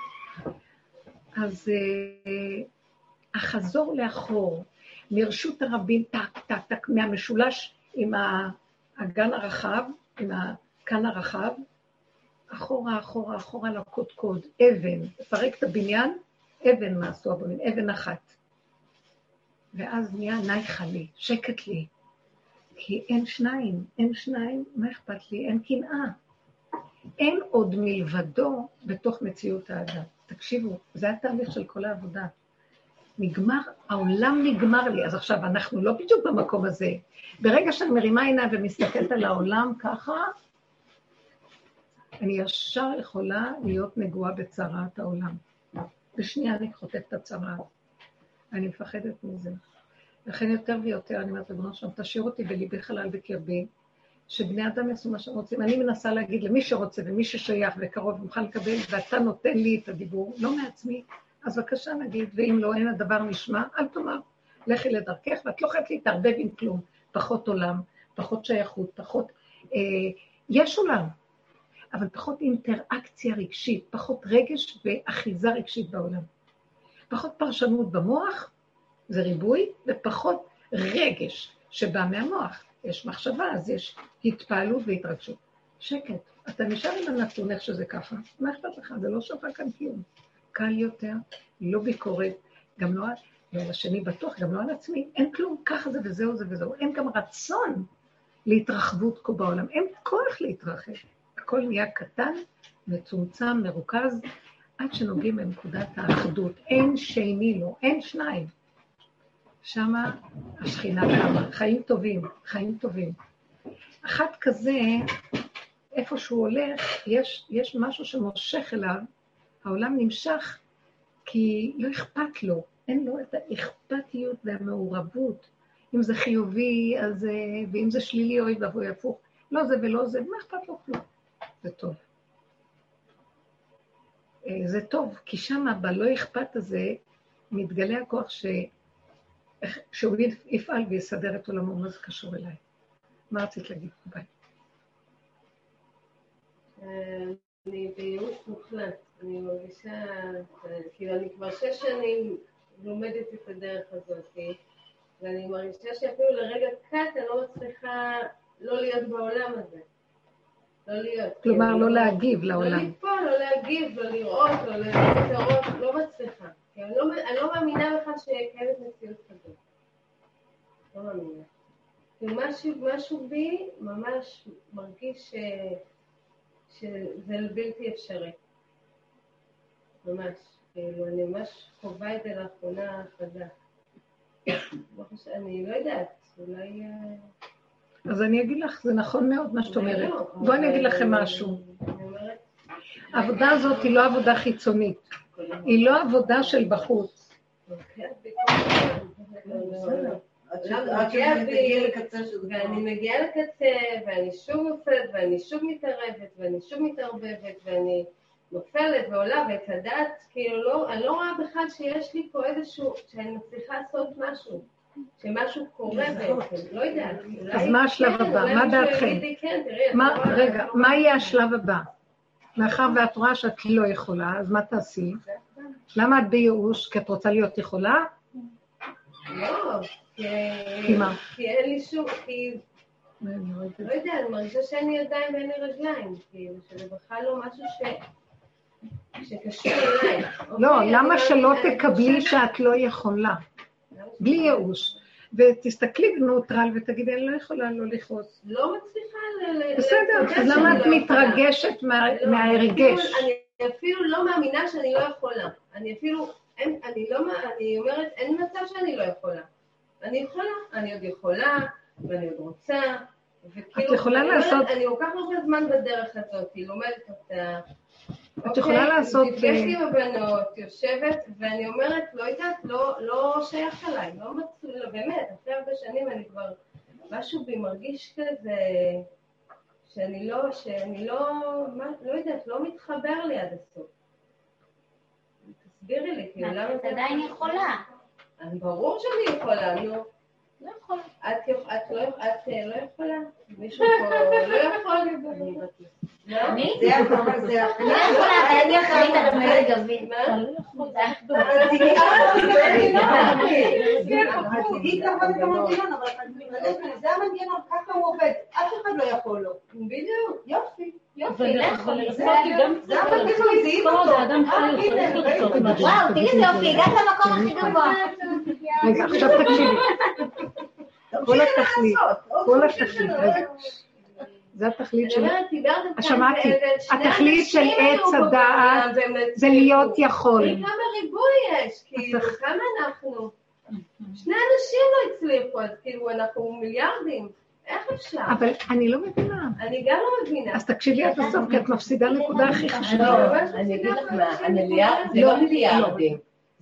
אז uh, החזור לאחור, מרשות הרבים, טק, טק, טק, מהמשולש עם הגן הרחב, עם הכאן הרחב, אחורה, אחורה, אחורה לקודקוד, אבן, פרק את הבניין, אבן מעשו הבונים, אבן אחת. ואז נהיה נייחה לי, שקט לי, כי אין שניים, אין שניים, מה אכפת לי? אין קנאה. אין עוד מלבדו בתוך מציאות האדם. תקשיבו, זה התהליך של כל העבודה. נגמר, העולם נגמר לי. אז עכשיו, אנחנו לא בדיוק במקום הזה. ברגע שאני מרימה עיניי ומסתכלת על העולם ככה, אני ישר יכולה להיות נגועה בצרת העולם. בשנייה אני חוטפת את הצרה. אני מפחדת מזה. לכן יותר ויותר אני אומרת לבנו שם, תשאיר אותי בליבי חלל בקרבי, שבני אדם יעשו מה שהם רוצים. אני מנסה להגיד למי שרוצה ומי ששייך וקרוב ומוכן לקבל, ואתה נותן לי את הדיבור, לא מעצמי, אז בבקשה נגיד, ואם לא, אין הדבר נשמע, אל תאמר, לכי לדרכך, ואת לא חייבת להתערבב עם כלום, פחות עולם, פחות שייכות, פחות, אה, יש עולם, אבל פחות אינטראקציה רגשית, פחות רגש ואחיזה רגשית בעולם. פחות פרשנות במוח, זה ריבוי, ופחות רגש שבא מהמוח. יש מחשבה, אז יש התפעלות והתרגשות. שקט, אתה נשאר עם הנתון איך שזה ככה, מה אכפת לך? זה לא שווה כאן כלום. קל יותר, לא ביקורת, גם לא על השני בטוח, גם לא על עצמי, אין כלום, ככה זה וזהו זה וזהו. אין גם רצון להתרחבות כה בעולם, אין כוח להתרחב. הכל נהיה קטן, מצומצם, מרוכז, עד שנוגעים בנקודת האחדות. אין שני לו, אין שניים. שמה השכינה קמה, חיים טובים, חיים טובים. אחת כזה, איפה שהוא הולך, יש, יש משהו שמושך אליו, העולם נמשך, כי לא אכפת לו, אין לו את האכפתיות והמעורבות. אם זה חיובי, אז, ואם זה שלילי, אוי ואבוי הפוך. לא זה ולא זה, מה אכפת לו כלום? זה טוב. זה טוב, כי שמה בלא אכפת הזה, מתגלה הכוח ש... שהוא יפעל ויסדר את עולמו, מה זה קשור אליי? מה רצית להגיד? ביי. אני בייאוש מוחלט, אני מרגישה, כאילו אני כבר שש שנים לומדת את הדרך הזאת, ואני מרגישה שאפילו לרגע קט אני לא מצליחה לא להיות בעולם הזה. לא להיות. כלומר, לא להגיב לעולם. לא ליפול, לא להגיב, לא לראות, לא לראות את הראש, לא מצליחה. אני לא, אני לא מאמינה לך שקיימת מציאות כזאת. לא מאמינה. ומשהו, משהו בי ממש מרגיש ש... שזה בלתי אפשרי. ממש. כאילו, אני ממש חובה את זה לאחרונה חדה. אני לא יודעת, אולי... אז אני אגיד לך, זה נכון מאוד מה שאת אומרת. בואי אני אגיד לכם משהו. העבודה הזאת היא לא עבודה חיצונית. היא לא עבודה של בחוץ. ואני מגיעה לקצה, ואני שוב נופלת, ואני שוב מתערבת, ואני שוב מתערבבת, ואני נופלת ועולה, ואת הדעת, כאילו, אני לא רואה בכלל שיש לי פה איזשהו, שאני מצליחה לעשות משהו, שמשהו קורה בעצם, לא יודעת. אז מה השלב הבא? מה דעתכם? רגע, מה יהיה השלב הבא? מאחר ואת רואה שאת לא יכולה, אז מה תעשי? למה את בייאוש? כי את רוצה להיות יכולה? לא, כי אין לי שום, כי... לא יודע, אני מרגישה שאין לי ידיים ואין לי רגליים, כאילו, שזה בכלל לא משהו שקשור אליי. לא, למה שלא תקבלי שאת לא יכולה? בלי ייאוש. ותסתכלי בנוטרל ותגידי, אני לא יכולה לא לכעוס. לא מצליחה... בסדר, אז למה את מתרגשת מההרגש? אני אפילו לא מאמינה שאני לא יכולה. אני אפילו, אני לא, אני אומרת, אין מצב שאני לא יכולה. אני יכולה, אני עוד יכולה, ואני עוד רוצה, את יכולה לעשות... אני לוקח הרבה זמן בדרך הזאת, היא לומדת אותה. את יכולה לעשות... נפגשת עם הבנות, יושבת, ואני אומרת, לא יודעת, לא שייך עליי, לא מצליחה, באמת, אחרי הרבה שנים אני כבר, משהו בי מרגיש כזה, שאני לא, שאני לא, לא יודעת, לא מתחבר לי עד הסוף. תסבירי לי, כאילו, למה... את עדיין יכולה. ברור שאני יכולה, נו. לא יכולה. את לא יכולה? מישהו פה לא יכול? אני? זה יכולה, אבל אני אחראית על המלא גבין. מה? תגידי כמה זה המנגנון, אבל זה המנגנון, ככה הוא עובד, אף אחד לא יכול לו. בדיוק. יופי. יופי, לא יכול. זה המנגנון, זיהים אותו. וואו, תראי זה יופי, הגעת למקום הכי גבוה. רגע, עכשיו תקשיבי. כל התכלית. כל התכלית. זה התכלית של... שמעתי, התכלית של עץ הדעת זה להיות יכול. כמה ריבוי יש, כאילו, כמה אנחנו? שני אנשים לא הצליחו, אז כאילו אנחנו מיליארדים. איך אפשר? אבל אני לא מבינה. אני גם לא מבינה. אז תקשיבי עד הסוף, כי את מפסידה נקודה הכי חשובה. אני אגיד לך מה, זה לא מיליארדים.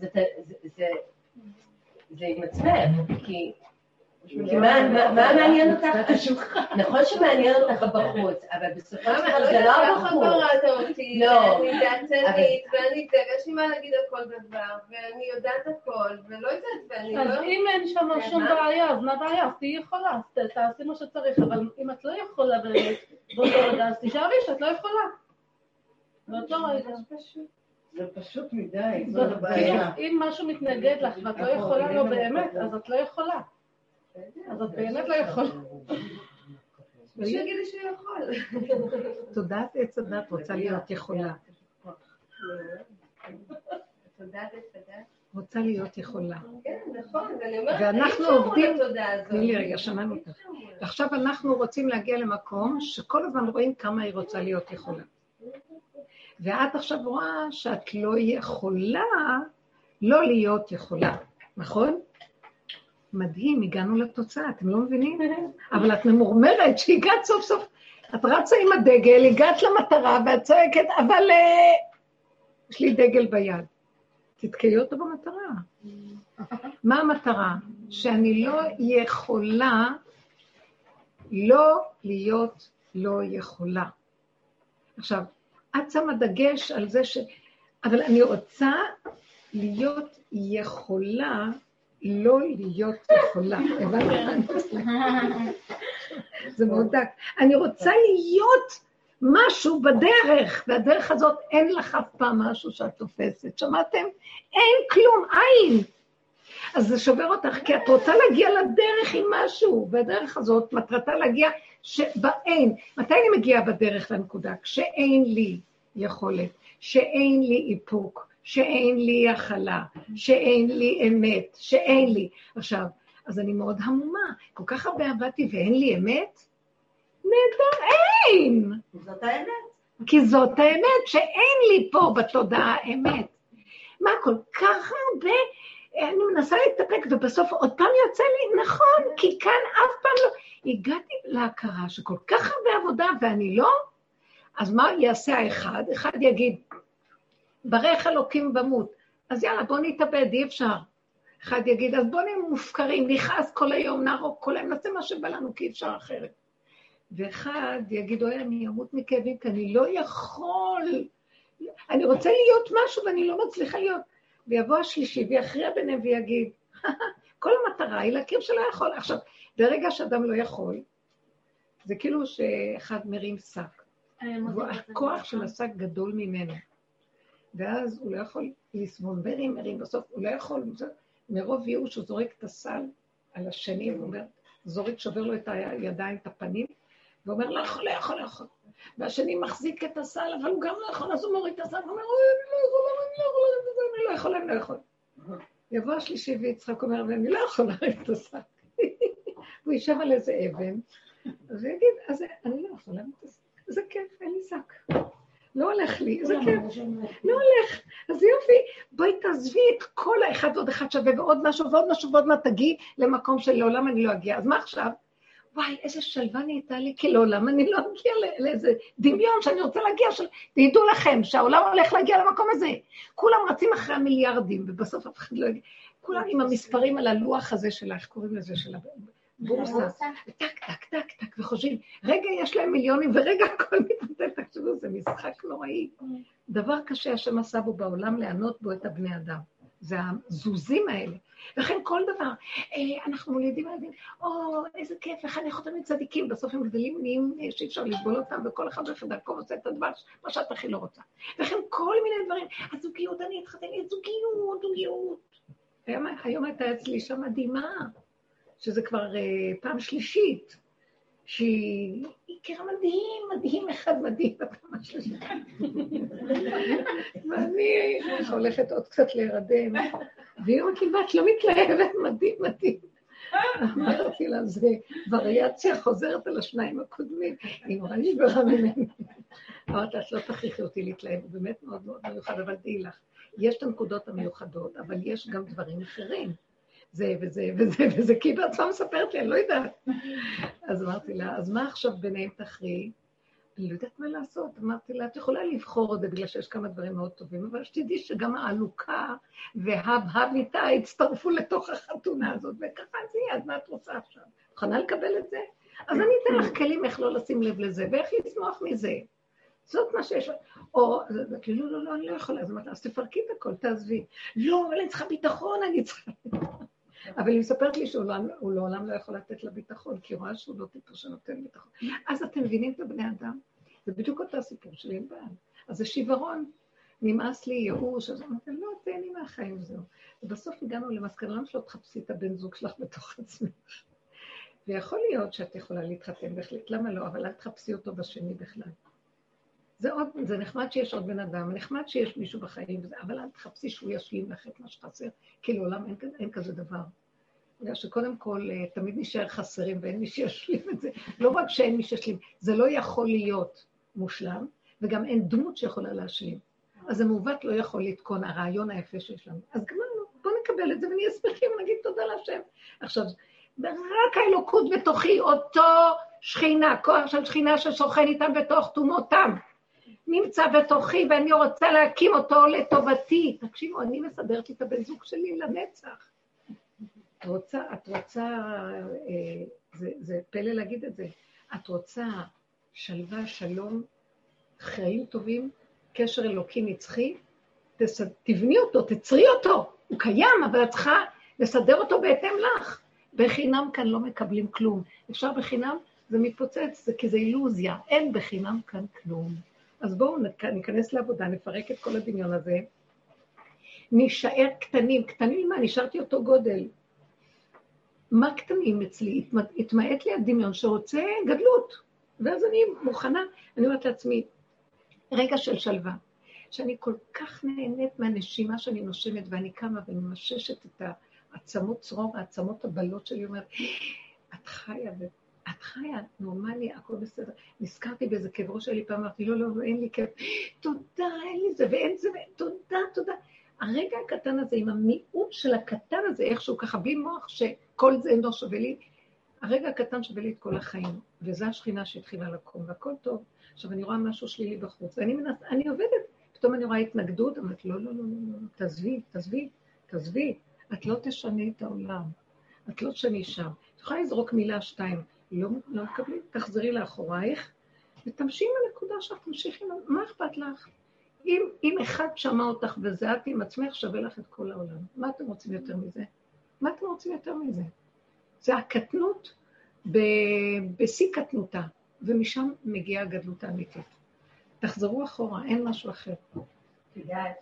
זה עם עצמך, כי... מה מעניין אותך? נכון שמעניין אותך בחוץ, אבל בסופו של דבר זה לא בחוץ. לא קראת אותי, ואני דעתנית, ואני יש לי מה להגיד על כל דבר, ואני יודעת הכל, ולא יודעת, ואני לא... אז אם אין שם שום בעיה, אז מה בעיה? אז תהיי יכולה, תעשי מה שצריך, אבל אם את לא יכולה באותו רגע, אז תשארי שאת לא יכולה. באותו רגע. זה פשוט מדי, זאת הבעיה. אם משהו מתנגד לך ואת לא יכולה, לא באמת, אז את לא יכולה. אז את באמת לא יכולה. מישהו יגיד לי שהוא יכול. תודעת עץ הדת רוצה להיות יכולה. תודעת עץ הדת? רוצה להיות יכולה. כן, נכון, אני אומרת, ואנחנו אי אפשר עובדים... לתודעה הזאת. תני לי רגע, שמענו אותך. ועכשיו אנחנו רוצים להגיע למקום שכל הזמן רואים כמה היא רוצה להיות יכולה. ואת עכשיו רואה שאת לא יכולה לא להיות יכולה, נכון? מדהים, הגענו לתוצאה, אתם לא מבינים? אבל את ממורמרת שהגעת סוף סוף, את רצה עם הדגל, הגעת למטרה ואת צועקת, אבל יש לי דגל ביד. תתקעי אותו במטרה. מה המטרה? שאני לא יכולה לא להיות לא יכולה. עכשיו, את שמה דגש על זה ש... אבל אני רוצה להיות יכולה, לא להיות יכולה. זה מאוד דק. אני רוצה להיות משהו בדרך, והדרך הזאת אין לך אף פעם משהו שאת תופסת. שמעתם? אין כלום, אין. אז זה שובר אותך, כי את רוצה להגיע לדרך עם משהו, והדרך הזאת מטרתה להגיע שבאין. מתי אני מגיעה בדרך לנקודה? כשאין לי יכולת, שאין לי איפוק, שאין לי הכלה, שאין לי אמת, שאין לי. עכשיו, אז אני מאוד המומה, כל כך הרבה עבדתי ואין לי אמת? נהדר, אין! זאת האמת. כי זאת האמת שאין לי פה בתודעה אמת. מה, כל כך הרבה... אני מנסה להתאפק, ובסוף עוד פעם יוצא לי, נכון, כי כאן אף פעם לא... הגעתי להכרה שכל כך הרבה עבודה ואני לא, אז מה יעשה האחד? אחד יגיד, ברך אלוקים במות, אז יאללה, בוא נתאבד, אי אפשר. אחד יגיד, אז בוא נהיה מופקרים, נכעס כל היום, נערוק כל היום, נעשה מה שבא לנו, כי אי אפשר אחרת. ואחד יגיד, אוי, אני אמות מכאבים, כי אני לא יכול, אני רוצה להיות משהו ואני לא מצליחה להיות. ויבוא השלישי ויכריע ביניהם ויגיד, כל המטרה היא להכיר שלא יכול. עכשיו, ברגע שאדם לא יכול, זה כאילו שאחד מרים שק. הכוח של השק גדול ממנו. ואז הוא לא יכול לסבול, מרים, מרים, בסוף הוא לא יכול, מרוב ייאוש הוא זורק את הסל על השני, הוא אומר, זורק, שובר לו את הידיים, את הפנים, ואומר, לא יכול, לא יכול, לא יכול. והשני מחזיק את הסל, אבל הוא גם לא יכול, אז הוא מוריד את הסל, ואומר, אוי, אני לא יכול, אני לא יכול, אני לא יכול, אני לא יכול. יבוא השלישי ויצחק אומר, ואני לא יכול להריד את הסל. הוא יישב על איזה אבן, ויגיד, אז אני לא יכול להריד את הסל. זה כיף, אין לי שק. לא הולך לי, זה כיף. לא הולך. אז יופי, בואי תעזבי את כל האחד ועוד אחד שווה, ועוד משהו ועוד משהו ועוד מה תגיעי למקום של לעולם אני לא אגיע. אז מה עכשיו? וואי, איזה שלווה נהייתה לי, כי לעולם אני לא אגיע לאיזה דמיון שאני רוצה להגיע, של... תדעו לכם שהעולם הולך להגיע למקום הזה. כולם רצים אחרי המיליארדים, ובסוף אף אחד לא יגיע. כולם עם המספרים על הלוח הזה שלה, איך קוראים לזה, של הבורסה. טק, טק, טק, טק, וחושבים, רגע יש להם מיליונים, ורגע הכל מתנתן, תחשבו, זה משחק נוראי. דבר קשה השם עשה בו בעולם, לענות בו את הבני אדם. זה הזוזים האלה. לכן כל דבר, אנחנו מולידים ילדים, או איזה כיף, איך אני יכולה מצדיקים, בסוף הם גדלים נהיים שאי אפשר לסבול אותם, וכל אחד הולך דרכו עושה את הדבש, מה שאת הכי לא רוצה. לכן כל מיני דברים, הזוגיות, אני התחתן לי, זוגיות, זוגיות. היום, היום הייתה אצלי שם מדהימה, שזה כבר uh, פעם שלישית, שהיא הכירה מדהים, מדהים אחד מדהים, בפעם השלישית. ואני הולכת עוד קצת להירדם, והיא אומרת לי, בת לא מתלהבת, מדהים, מדהים. אמרתי לה, זה וריאציה חוזרת על השניים הקודמים, היא נורא נשברה ממני. אמרתי, את לא תכריחי אותי להתלהב, הוא באמת מאוד מאוד מיוחד, אבל תהי לך. יש את הנקודות המיוחדות, אבל יש גם דברים אחרים. זה וזה וזה וזה, כי היא בעצמה מספרת לי, אני לא יודעת. אז אמרתי לה, אז מה עכשיו ביניהם תכריעי? אני לא יודעת מה לעשות. אמרתי לה, את יכולה לבחור את זה, בגלל שיש כמה דברים מאוד טובים, אבל שתדעי שגם העלוקה וההב איתה הצטרפו לתוך החתונה הזאת, וככה זה יהיה, אז מה את רוצה עכשיו? מוכנה לקבל את זה? אז אני אתן לך כלים איך לא לשים לב לזה, ואיך לצמוח מזה. זאת מה שיש. או, כאילו, לא, לא, אני לא יכולה, אז אמרתי לה, אז תפרקי את הכל, תעזבי. לא, אבל אני צריכה ביטחון, אני צריכה ביטחון. אבל היא מספרת לי שהוא לעולם לא יכול לתת לה ביטחון, כי היא רואה שהוא לא טיפוס שנותן ביטחון. אז אתם מבינים את הבני אדם? זה בדיוק אותו הסיפור שלי עם בעל. אז זה שיוורון, נמאס לי ייאוש, אז אמרתי, לא, תהני מהחיים זהו. ובסוף הגענו למסקנה, למה שלא תחפשי את הבן זוג שלך בתוך עצמך. ויכול להיות שאת יכולה להתחתן בהחלט, למה לא? אבל אל תחפשי אותו בשני בכלל. זה, עוד, זה נחמד שיש עוד בן אדם, נחמד שיש מישהו בחיים, אבל אל תחפשי שהוא ישלים לך את מה שחסר, כי לעולם אין, אין כזה דבר. בגלל שקודם כל, תמיד נשאר חסרים ואין מי שישלים את זה. לא רק שאין מי שישלים, זה לא יכול להיות מושלם, וגם אין דמות שיכולה להשלים. אז המעוות לא יכול לתקון, הרעיון היפה שיש לנו. אז גמרנו, בוא נקבל את זה ונהיה שמחים ונגיד תודה להשם. עכשיו, רק האלוקות בתוכי, אותו שכינה, כוח של שכינה ששוכן איתם בתוך תומותם. נמצא בתוכי ואני רוצה להקים אותו לטובתי. תקשיבו, אני מסדרת את הבן זוג שלי לנצח. את רוצה, את רוצה, אה, זה, זה פלא להגיד את זה, את רוצה שלווה, שלום, חיים טובים, קשר אלוקי נצחי, תסד, תבני אותו, תצרי אותו, הוא קיים, אבל את צריכה לסדר אותו בהתאם לך. בחינם כאן לא מקבלים כלום. אפשר בחינם, זה מתפוצץ, זה כי זה אילוזיה, אין בחינם כאן כלום. אז בואו ניכנס לעבודה, נפרק את כל הדמיון הזה, נשאר קטנים, קטנים מה? נשארתי אותו גודל. מה קטנים אצלי? התמעט לי הדמיון שרוצה גדלות, ואז אני מוכנה, אני אומרת לעצמי, רגע של שלווה, שאני כל כך נהנית מהנשימה שאני נושמת, ואני קמה ואני מששת את העצמות צרור, העצמות הבלות שלי, אומרת, את חיה ואת, את חיה, נורמלי, הכל בסדר. נזכרתי באיזה כאב ראש שלי פעם, אמרתי, לא, לא, לא, אין לי כאב. תודה, אין לי זה, ואין זה, תודה, תודה. הרגע הקטן הזה, עם המיעוט של הקטן הזה, איכשהו ככה בי מוח, שכל זה אינו שווה לי, הרגע הקטן שווה לי את כל החיים, וזו השכינה שהתחילה לקום, והכל טוב. עכשיו, אני רואה משהו שלילי בחוץ, ואני מנס, אני עובדת, פתאום אני רואה התנגדות, אמרת, לא, לא, לא, לא, לא, תעזבי, תעזבי, תעזבי, את לא תשני את העולם, את לא תשני שם. את יכולה לזרוק מילה שתיים, לא, לא מקבלים, תחזרי לאחורייך, ותמשיכי מהנקודה שלך, תמשיכי, מה אכפת לך? אם, אם אחד שמע אותך וזאת עם עצמך, שווה לך את כל העולם. מה אתם רוצים יותר מזה? מה אתם רוצים יותר מזה? זה הקטנות בשיא קטנותה, ומשם מגיעה הגדלות האמיתית. תחזרו אחורה, אין משהו אחר. תדעת,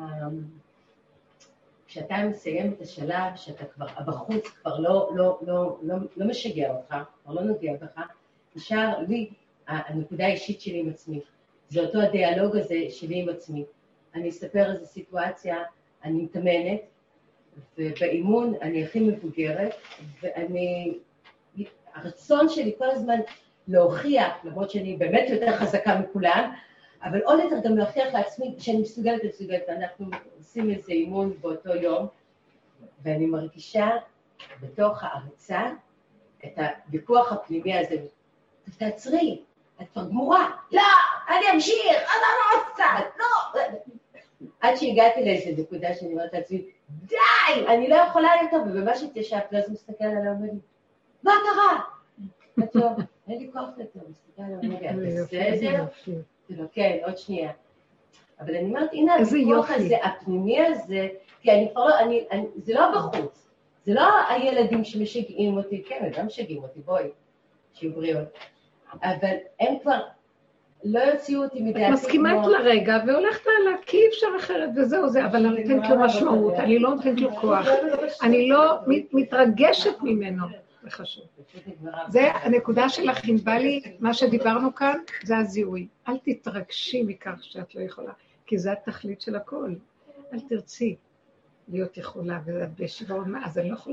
כשאתה מסיים את השלב, שאתה כבר, בחוץ כבר לא, לא, לא, לא, לא משגע אותך, כבר לא נוגע בך, נשאר לי הנקודה האישית שלי עם עצמי. זה אותו הדיאלוג הזה שלי עם עצמי. אני אספר איזו סיטואציה, אני מתאמנת, ובאימון אני הכי מבוגרת, ואני, הרצון שלי כל הזמן להוכיח, למרות שאני באמת יותר חזקה מכולם, אבל עוד יותר גם להוכיח לעצמי שאני מסוגלת ומסוגלת, ואנחנו עושים איזה אימון באותו יום, ואני מרגישה בתוך ההרצאה את הוויכוח הפנימי הזה, תעצרי, את כבר גמורה, לא, אני אמשיך, אני לא רוצה, לא. עד שהגעתי לאיזו נקודה שאני אומרת לעצמי, די, אני לא יכולה יותר, ובמה שהתיישבת, ואז מסתכל עליו, אומר לי, מה קרה? טוב, אין לי כוח יותר, מסתכל עליו, אומר לי, בסדר? כן, עוד שנייה. אבל אני אומרת, הנה, הוויכוח הזה, הפנימי הזה, כי אני כבר לא, זה לא בחוץ, זה לא הילדים שמשגעים אותי, כן, הם גם משגעים אותי, בואי, שיהיו בריאות. אבל הם כבר לא יוציאו אותי מדעתי. את מסכימת לרגע והולכת עליו, כי אי אפשר אחרת וזהו זה, אבל אני נותנת לו משמעות, אני לא נותנת לו כוח, אני לא מתרגשת ממנו, זה חשוב. זה הנקודה שלך, אם בא לי, מה שדיברנו כאן, זה הזיהוי. אל תתרגשי מכך שאת לא יכולה, כי זה התכלית של הכל. אל תרצי להיות יכולה, ואת בשבעון מה, אז אני לא יכולה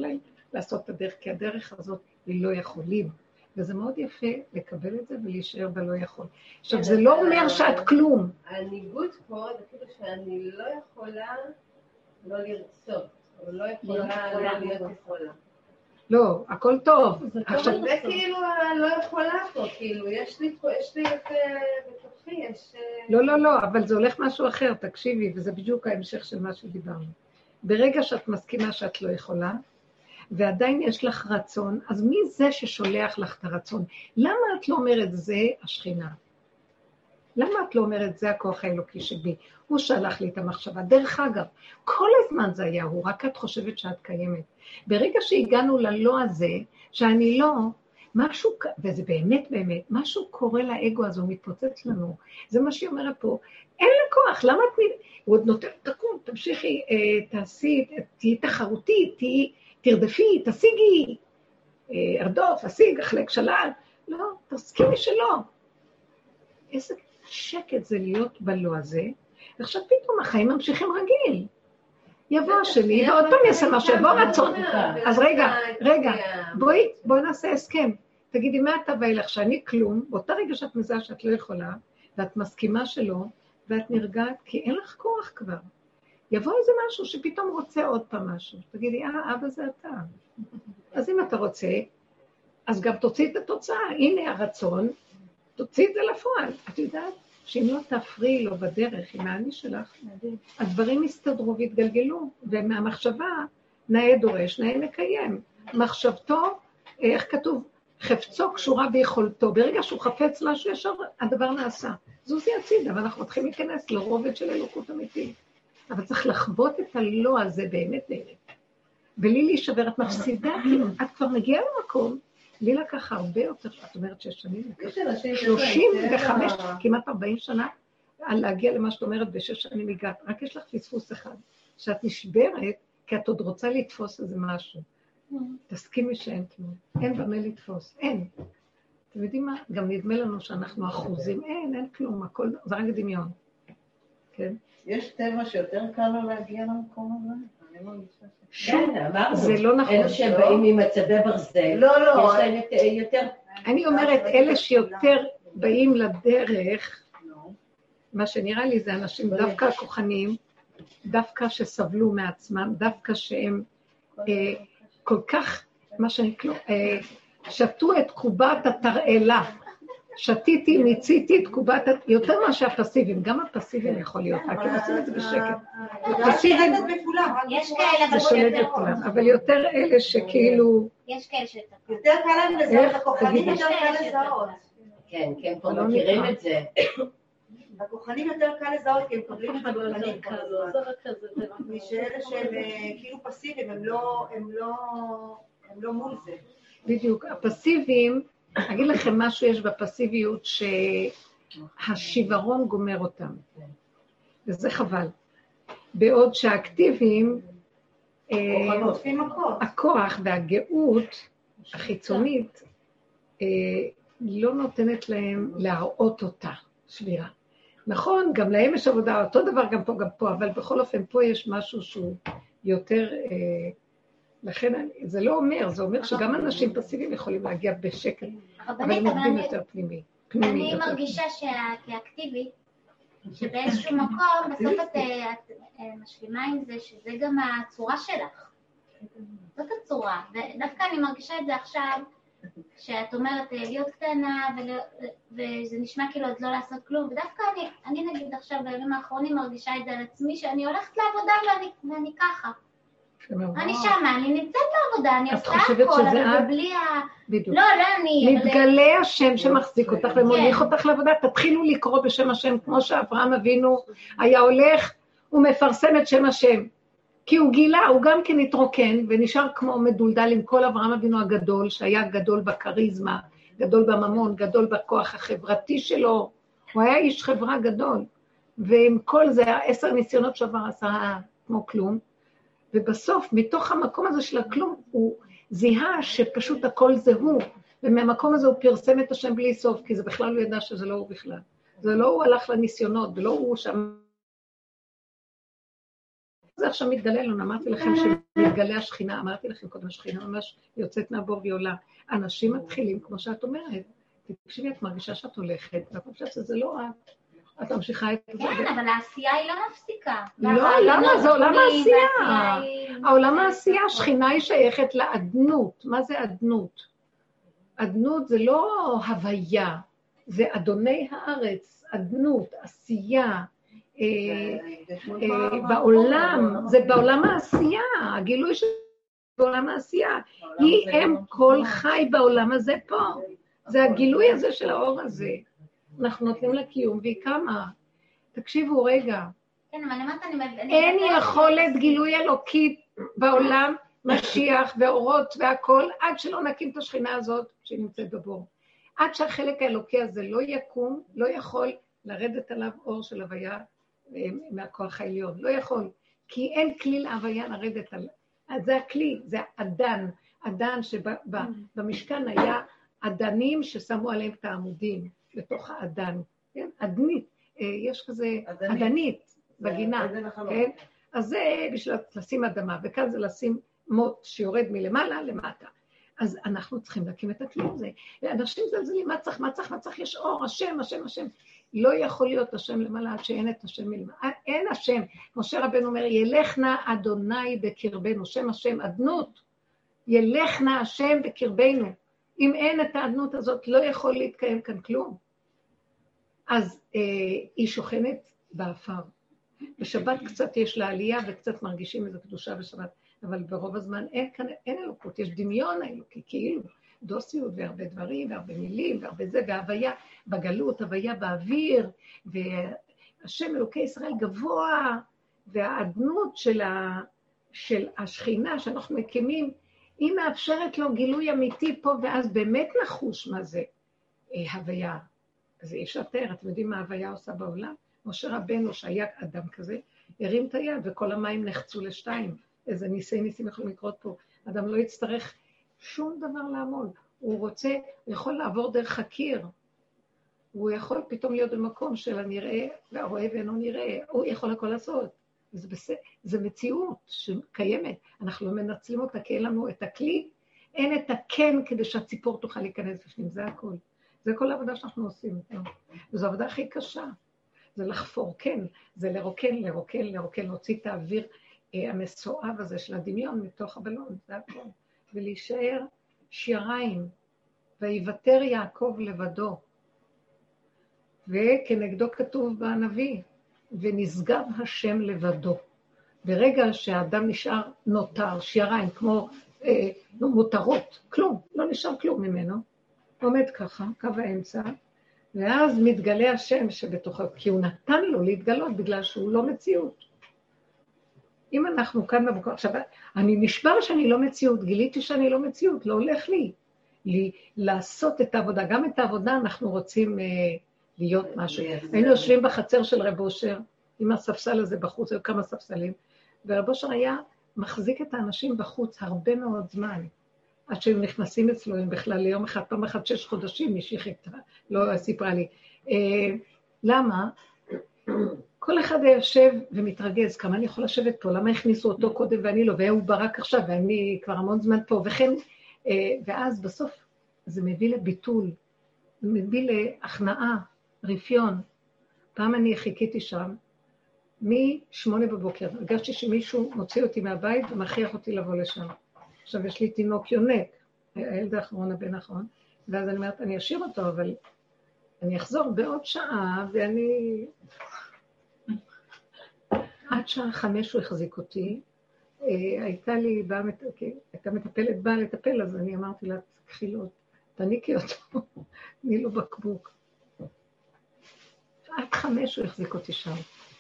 לעשות את הדרך, כי הדרך הזאת היא לא יכולים. וזה מאוד יפה לקבל את זה ולהישאר בלא יכול. עכשיו, זה לא אומר שאת כלום. הניגוד פה זה כאילו שאני לא יכולה לא לרצות, או לא יכולה לא להיות יכולה. לא, הכל טוב. עכשיו, זה כאילו לא יכולה פה, כאילו, יש לי פה, יש לי את בתוכי, יש... לא, לא, לא, אבל זה הולך משהו אחר, תקשיבי, וזה בדיוק ההמשך של מה שדיברנו. ברגע שאת מסכימה שאת לא יכולה, ועדיין יש לך רצון, אז מי זה ששולח לך את הרצון? למה את לא אומרת זה השכינה? למה את לא אומרת זה הכוח האלוקי שבי? הוא שלח לי את המחשבה. דרך אגב, כל הזמן זה היה הוא, רק את חושבת שאת קיימת. ברגע שהגענו ללא הזה, שאני לא, משהו, וזה באמת באמת, משהו קורה לאגו הזה, הוא מתפוצץ לנו. זה מה שהיא אומרת פה. אין לה כוח, למה את... הוא עוד נותן, תקום, תמשיכי, תעשי, תהיי תחרותית, תהיי... תרדפי, תשיגי, ארדוף, אשיג, אחלק שלל. לא, תסכימי שלא. איזה שקט זה להיות בלא הזה, ועכשיו פתאום החיים ממשיכים רגיל. יבוא השני, ועוד פעם יעשה מה שיבוא רצון. אז רגע, רגע, בואי, בואי נעשה הסכם. תגידי, מה אתה בא לך שאני כלום, באותה רגע שאת מזהה שאת לא יכולה, ואת מסכימה שלא, ואת נרגעת, כי אין לך כוח כבר. יבוא איזה משהו שפתאום רוצה עוד פעם משהו. תגידי, אה, אבא זה אתה. אז אם אתה רוצה, אז גם תוציא את התוצאה. הנה הרצון, תוציא את זה לפועל. את יודעת שאם לא תפריעי לו בדרך עם העני שלך, הדברים יסתדרו והתגלגלו, ומהמחשבה נאה דורש, נאה מקיים. מחשבתו, איך כתוב, חפצו קשורה ביכולתו. ברגע שהוא חפץ משהו, ישר הדבר נעשה. זוזי הצידה, ואנחנו מתחילים להיכנס לרובד של אלוקות אמיתית. אבל צריך לחוות את הלא הזה באמת באמת. ולי להישבר, את מפסידה, את כבר מגיעה למקום, לי לקח הרבה יותר, את אומרת שש שנים, שלושים וחמש, כמעט ארבעים שנה, על להגיע למה שאת אומרת בשש שנים הגעת, רק יש לך פספוס אחד, שאת נשברת, כי את עוד רוצה לתפוס איזה משהו. תסכימי שאין כלום, אין במה לתפוס, אין. אתם יודעים מה? גם נדמה לנו שאנחנו אחוזים, אין, אין כלום, הכל, זה רק דמיון. כן? יש טבע שיותר קל לו להגיע למקום הזה? אני לא מרגישה ש... כן, אמרנו. זה לא נכון. אלו שבאים עם מצבי ברזל. לא, לא. יש להם יותר... אני אומרת, אלה שיותר באים לדרך, מה שנראה לי זה אנשים דווקא הכוחניים, דווקא שסבלו מעצמם, דווקא שהם אה, כל כך, מה שנקרא, אה, שתו את קובת התרעלה, שתיתי, מיציתי את קובת, יותר מה שהפסיבים, גם הפסיבים יכול להיות, רק הם עושים את זה בשקט. הפסיבים, יש כאלה, זה שולט לכולם, אבל יותר אלה שכאילו... יש כאלה שאתה... יותר קל להם לזהות, הכוחנים יותר קל לזהות. כן, כן, פה מכירים את זה. הכוחנים יותר קל לזהות, כי הם קובלים את הכוחנים. משאלה שהם כאילו פסיביים, הם לא מול זה. בדיוק, הפסיביים, אגיד לכם משהו יש בפסיביות שהשיוורון גומר אותם, וזה חבל. בעוד שהאקטיביים, הכוח והגאות החיצונית לא נותנת להם להראות אותה שבירה. נכון, גם להם יש עבודה, אותו דבר גם פה, גם פה, אבל בכל אופן פה יש משהו שהוא יותר... לכן זה לא אומר, זה אומר שגם אנשים פסיביים יכולים להגיע בשקט, אבל הם עובדים יותר פנימי. אני מרגישה כאקטיבית, שבאיזשהו מקום, בסוף את משלימה עם זה, שזה גם הצורה שלך. זאת הצורה, ודווקא אני מרגישה את זה עכשיו, שאת אומרת להיות קטנה, וזה נשמע כאילו עוד לא לעשות כלום, ודווקא אני נגיד עכשיו בימים האחרונים מרגישה את זה על עצמי, שאני הולכת לעבודה ואני ככה. אני שמה, אני נמצאת בעבודה, אני עושה הכל, אבל בלי ה... לא, לא אני... מתגלה השם שמחזיק אותך ומוליך אותך לעבודה, תתחילו לקרוא בשם השם, כמו שאברהם אבינו היה הולך ומפרסם את שם השם, כי הוא גילה, הוא גם כן התרוקן ונשאר כמו מדולדל עם כל אברהם אבינו הגדול, שהיה גדול בקריזמה, גדול בממון, גדול בכוח החברתי שלו, הוא היה איש חברה גדול, ועם כל זה, עשר ניסיונות שעבר עשה כמו כלום, ובסוף, מתוך המקום הזה של הכלום, הוא זיהה שפשוט הכל זה הוא, ומהמקום הזה הוא פרסם את השם בלי סוף, כי זה בכלל לא ידע שזה לא הוא בכלל. זה לא הוא הלך לניסיונות, ולא הוא שם... זה עכשיו מתגלה לנו, אמרתי לכם שמתגלה השכינה, אמרתי לכם קודם, השכינה ממש יוצאת מהבור ועולה. אנשים מתחילים, כמו שאת אומרת, תקשיבי, את מרגישה שאת הולכת, ואת חושבת שזה לא את, את ממשיכה את זה. כן, אבל העשייה היא לא מפסיקה. לא, למה? זה עולם העשייה. העולם העשייה, השכינה היא שייכת לעדנות. מה זה עדנות? עדנות זה לא הוויה, זה אדוני הארץ, עדנות, עשייה. בעולם, זה בעולם העשייה, הגילוי של בעולם העשייה. היא אם כל חי בעולם הזה פה. זה הגילוי הזה של האור הזה. אנחנו נותנים לה קיום, והיא קמה. תקשיבו רגע. כן, אבל למטה אני מבין. אין יכולת גילוי אלוקית בעולם, משיח ואורות והכל, עד שלא נקים את השכינה הזאת שנמצאת בבור. עד שהחלק האלוקי הזה לא יקום, לא יכול לרדת עליו אור של הוויה מהכוח העליון. לא יכול. כי אין כלי להוויה לרדת עליו. אז זה הכלי, זה אדן. אדן שבמשכן היה אדנים ששמו עליהם את העמודים בתוך האדן. כן? אדנית. יש כזה אדנית בגינה. כן? אז זה בשביל לשים אדמה, וכאן זה לשים מוט שיורד מלמעלה למטה. אז אנחנו צריכים להקים את הכלי הזה. אנשים זלזלים, מה צריך, מה צריך, מה צריך, יש אור, השם, השם, השם. לא יכול להיות השם למעלה עד שאין את השם מלמעלה. אין השם. משה רבנו אומר, ילך נא אדוני בקרבנו, שם השם, אדנות. ילך נא השם בקרבנו. אם אין את האדנות הזאת, לא יכול להתקיים כאן כלום. אז אה, היא שוכנת באפר. בשבת קצת יש לה עלייה וקצת מרגישים איזו קדושה בשבת, אבל ברוב הזמן אין, כאן, אין אלוקות, יש דמיון האלוקי, כאילו דוסיות והרבה דברים והרבה מילים והרבה זה, וההוויה בגלות, הוויה באוויר, והשם אלוקי ישראל גבוה, והאדנות של, ה, של השכינה שאנחנו מקימים, היא מאפשרת לו גילוי אמיתי פה, ואז באמת נחוש מה זה אה, הוויה. אז אי אפשר לתאר, אתם יודעים מה ההוויה עושה בעולם? משה רבנו שהיה אדם כזה, הרים את היד וכל המים נחצו לשתיים. איזה ניסי ניסים יכולים לקרות פה. אדם לא יצטרך שום דבר לעמוד. הוא רוצה, הוא יכול לעבור דרך הקיר. הוא יכול פתאום להיות במקום של הנראה והרואה ואינו נראה. הוא יכול הכל לעשות. זה, בסדר, זה מציאות שקיימת. אנחנו לא מנצלים אותה כי אין לנו את הכלי. אין את הכן כדי שהציפור תוכל להיכנס בפנים. זה הכל. זה כל העבודה שאנחנו עושים. וזו העבודה הכי קשה. זה לחפור, כן, זה לרוקן, לרוקן, לרוקן, להוציא את האוויר אה, המסועב הזה של הדמיון מתוך הבלון, זה הכל. ולהישאר שיריים, ויוותר יעקב לבדו. וכנגדו כתוב בנביא, ונשגב השם לבדו. ברגע שהאדם נשאר נותר, שיריים, כמו אה, מותרות, כלום, לא נשאר כלום ממנו, עומד ככה, קו האמצע, ואז מתגלה השם שבתוכו, כי הוא נתן לו להתגלות בגלל שהוא לא מציאות. אם אנחנו כאן מבוקר, עכשיו, אני נשבר שאני לא מציאות, גיליתי שאני לא מציאות, לא הולך לי, לי לעשות את העבודה. גם את העבודה אנחנו רוצים אה, להיות משהו. היינו יושבים בחצר של רב אושר, עם הספסל הזה בחוץ, היו כמה ספסלים, ורב אושר היה מחזיק את האנשים בחוץ הרבה מאוד זמן. עד שהם נכנסים אצלו, הם בכלל ליום אחד, פעם אחת שש חודשים, מישהי חיכתה, לא סיפרה לי. אה, למה? כל אחד יושב ומתרגז, כמה אני יכול לשבת פה, למה הכניסו אותו קודם ואני לא, והוא ברק עכשיו, ואני כבר המון זמן פה, וכן, אה, ואז בסוף זה מביא לביטול, זה מביא להכנעה, רפיון. פעם אני חיכיתי שם, משמונה בבוקר, הרגשתי שמישהו מוציא אותי מהבית ומכריח אותי לבוא לשם. עכשיו יש לי תינוק יונק, הילד האחרון, הבן האחרון, ואז אני אומרת, אני אשאיר אותו, אבל אני אחזור בעוד שעה, ואני... עד שעה חמש הוא החזיק אותי, הייתה לי, הייתה מטפלת, באה לטפל, אז אני אמרתי לה, קחי לו, תניקי אותו, תני לו בקבוק. עד חמש הוא החזיק אותי שם.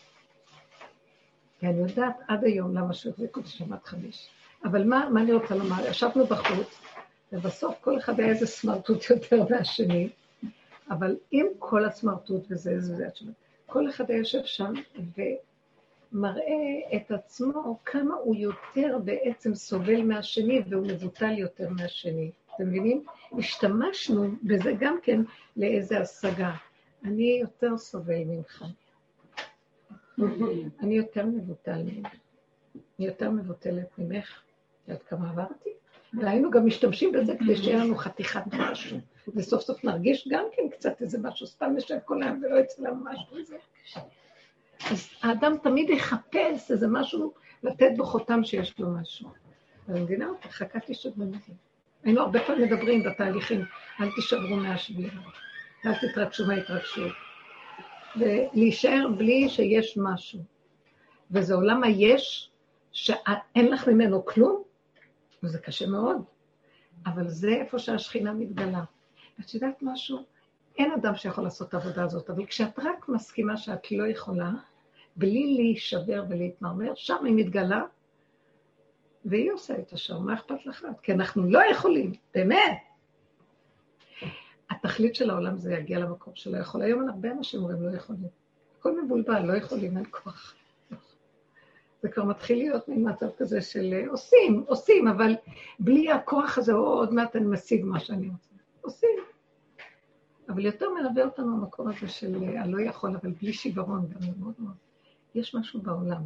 ואני יודעת עד היום למה שהוא החזיק אותי שם עד חמש. אבל מה, מה אני רוצה לומר? ישבנו בחוץ, ובסוף כל אחד היה איזה סמרטוט יותר מהשני, אבל עם כל הסמרטוט וזה, זה, זה, כל אחד היה יושב שם ומראה את עצמו כמה הוא יותר בעצם סובל מהשני, והוא מבוטל יותר מהשני. אתם מבינים? השתמשנו בזה גם כן לאיזה השגה. אני יותר סובל ממך. אני יותר מבוטל ממך. אני יותר מבוטלת ממך, עד כמה עברתי, והיינו גם משתמשים בזה כדי שיהיה לנו חתיכת משהו, וסוף סוף נרגיש גם כן קצת איזה משהו, סתם נשב כל היום ולא יצא לנו משהו איזה. אז האדם תמיד יחפש איזה משהו, לתת בו חותם שיש לו משהו. אבל מבינה אותה, חכתי שבאמת. היינו הרבה פעמים מדברים בתהליכים, אל תישברו מהשבירה, אל תתרגשו מההתרגשות, ולהישאר בלי שיש משהו. וזה עולם היש, שאין לך ממנו כלום, וזה קשה מאוד, אבל זה איפה שהשכינה מתגלה. ואת יודעת משהו? אין אדם שיכול לעשות את העבודה הזאת, אבל כשאת רק מסכימה שאת לא יכולה, בלי להישבר ולהתמרמר, שם היא מתגלה, והיא עושה את השאר, מה אכפת לך? כי אנחנו לא יכולים, באמת. התכלית של העולם זה יגיע למקום שלא יכול. היום הרבה אנשים אומרים לא יכולים. הכל מבולבל, לא יכולים, אין כוח. זה כבר מתחיל להיות ממצב כזה של עושים, עושים, אבל בלי הכוח הזה, עוד מעט אני משיג מה שאני רוצה. עושים. אבל יותר מלווה אותנו המקום הזה של הלא יכול, אבל בלי שיוורון גם מאוד מאוד. יש משהו בעולם.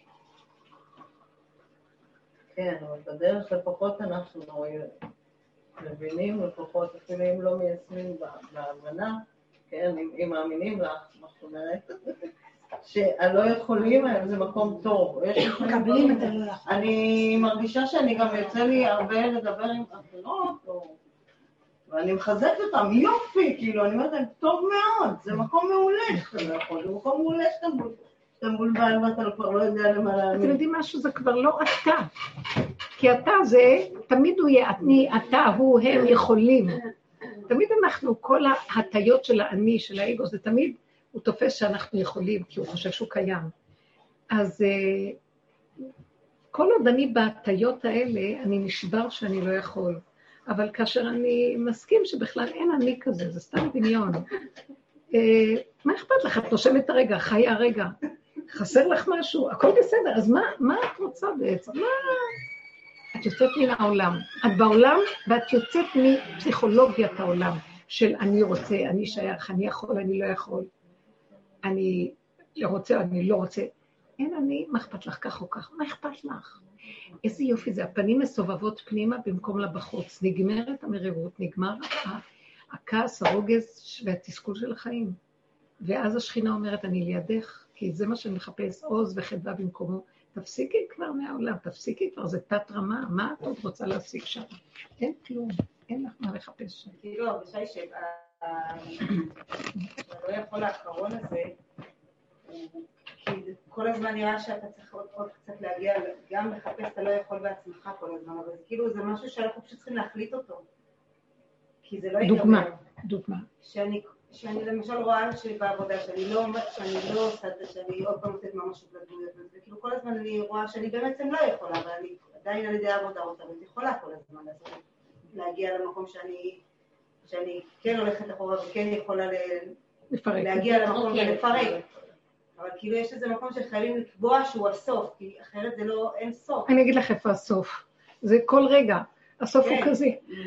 כן, אבל בדרך לפחות אנחנו מבינים, לפחות אפילו אם לא מיישמים בהבנה, כן, אם מאמינים לך, מה זאת אומרת, שהלא יכולים, זה מקום טוב. מקבלים את הלא יכול. אני מרגישה שאני גם יוצא לי הרבה לדבר עם אחרות, ואני מחזקת אותם, יופי, כאילו, אני אומרת להם, טוב מאוד, זה מקום מעולה שאתה לא יכול, זה מקום מעולה שאתה מבולבל ואתה כבר לא יודע למה להאמין. אתם יודעים משהו, זה כבר לא אתה. כי אתה זה, תמיד הוא יהיה, אני, אתה, הוא, הם יכולים. תמיד אנחנו, כל ההטיות של האני, של האגו, זה תמיד, הוא תופס שאנחנו יכולים, כי הוא חושב שהוא קיים. אז כל עוד אני בהטיות האלה, אני נשבר שאני לא יכול. אבל כאשר אני מסכים שבכלל אין אני כזה, זה סתם דמיון. מה אכפת לך? את נושמת הרגע, חיה הרגע. חסר לך משהו, הכל בסדר, אז מה, מה את רוצה בעצם? מה? את יוצאת מן העולם. את בעולם ואת יוצאת מפסיכולוגיית העולם, של אני רוצה, אני שייך, אני יכול, אני לא יכול. אני רוצה, אני לא רוצה. אין אני, מה אכפת לך כך או כך? מה אכפת לך? איזה יופי זה, הפנים מסובבות פנימה במקום לבחוץ. נגמרת המרירות, נגמר הכעס, הרוגז והתסכול של החיים. ואז השכינה אומרת, אני לידך, כי זה מה שאני מחפש, עוז וחדווה במקומו. תפסיקי כבר מהעולם, תפסיקי כבר, זה תת רמה, מה את עוד רוצה להשיג שם? אין כלום, אין לך מה לחפש שם. כאילו, הרגישה היא שהלא יכול האחרון הזה, כי כל הזמן נראה שאתה צריך עוד, עוד קצת להגיע, גם לחפש, אתה לא יכול בעצמך כל הזמן, אבל זה כאילו, זה משהו שאנחנו פשוט צריכים להחליט אותו. כי זה לא ייגמר. דוגמה, דוגמה. שאני, שאני למשל רואה שלי בעבודה, שאני לא, שאני לא עושה את זה, שאני עוד פעם עושה ממש בדמויות, וכאילו כל הזמן אני רואה שאני בעצם לא יכולה, אבל אני עדיין על ידי העבודה רוצה, אבל אני יכולה כל הזמן לעשות, להגיע למקום שאני, שאני כן הולכת אחורה וכן יכולה לפרק. להגיע למקום ולפרק. אבל כאילו יש איזה מקום שחייבים לקבוע שהוא הסוף, כי אחרת זה לא, אין סוף. אני אגיד לך איפה הסוף. זה כל רגע. הסוף הוא כזה.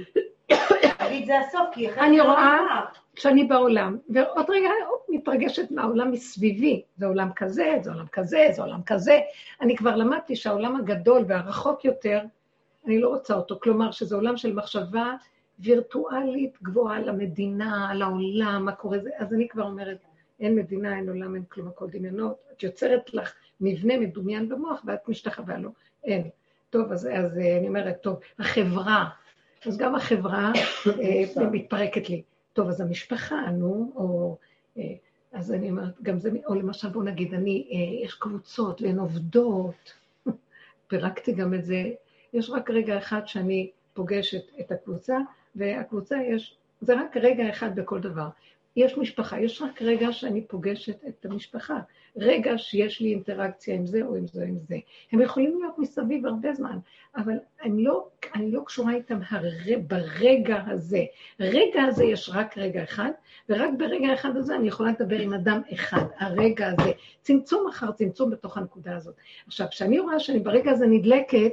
תגיד זה הסוף, כי אחרת אני רואה שאני בעולם, ועוד רגע מתרגשת מהעולם מסביבי. זה עולם כזה, זה עולם כזה, זה עולם כזה. אני כבר למדתי שהעולם הגדול והרחוק יותר, אני לא רוצה אותו. כלומר, שזה עולם של מחשבה וירטואלית גבוהה למדינה, על העולם, מה קורה זה. אז אני כבר אומרת, אין מדינה, אין עולם, אין כלום, הכל דמיונות. את יוצרת לך מבנה מדומיין במוח, ואת משתחווה לו. אין. טוב, אז, אז אני אומרת, טוב, החברה, אז גם החברה אה, מתפרקת לי. טוב, אז המשפחה, נו, או... אה, אז אני אומרת, גם זה, או למשל, בוא נגיד, אני, אה, יש קבוצות והן עובדות. פירקתי גם את זה. יש רק רגע אחד שאני פוגשת את הקבוצה, והקבוצה יש, זה רק רגע אחד בכל דבר. יש משפחה, יש רק רגע שאני פוגשת את המשפחה, רגע שיש לי אינטראקציה עם זה או עם זה או עם זה. הם יכולים להיות מסביב הרבה זמן, אבל אני לא, אני לא קשורה איתם הר... ברגע הזה. רגע הזה יש רק רגע אחד, ורק ברגע אחד הזה אני יכולה לדבר עם אדם אחד, הרגע הזה. צמצום אחר צמצום בתוך הנקודה הזאת. עכשיו, כשאני רואה שאני ברגע הזה נדלקת,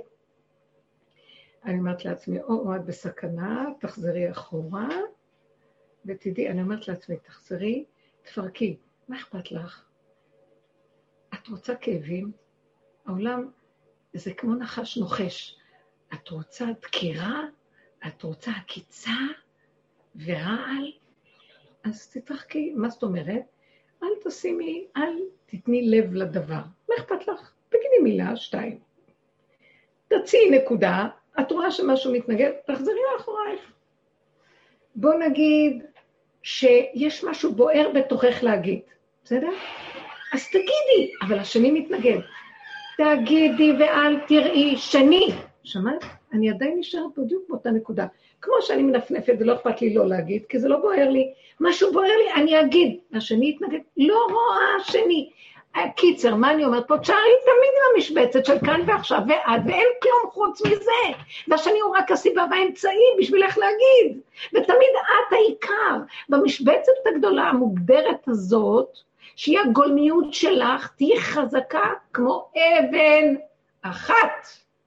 אני אומרת לעצמי, או, או את בסכנה, תחזרי אחורה, ותדעי, אני אומרת לעצמי, תחזרי, תפרקי, מה אכפת לך? את רוצה כאבים? העולם זה כמו נחש נוחש. את רוצה דקירה? את רוצה עקיצה ורעל? אז תתרחקי. מה זאת אומרת? אל תשימי, אל תתני לב לדבר. מה אכפת לך? תגידי מילה, שתיים. תציעי נקודה, את רואה שמשהו מתנגד, תחזרי לאחורייך. בוא נגיד שיש משהו בוער בתוכך להגיד, בסדר? אז תגידי, אבל השני מתנגד. תגידי ואל תראי, שני. שמעת? אני עדיין נשארת בדיוק באותה נקודה. כמו שאני מנפנפת, זה לא אכפת לי לא להגיד, כי זה לא בוער לי. משהו בוער לי, אני אגיד. השני יתנגד, לא רואה שני. קיצר, מה אני אומרת פה? תשארי תמיד עם המשבצת של כאן ועכשיו ועד, ואין כלום חוץ מזה. והשני הוא רק הסיבה והאמצעי בשבילך להגיד. ותמיד את העיקר. במשבצת הגדולה המוגדרת הזאת, שהיא הגולמיות שלך, תהי חזקה כמו אבן אחת.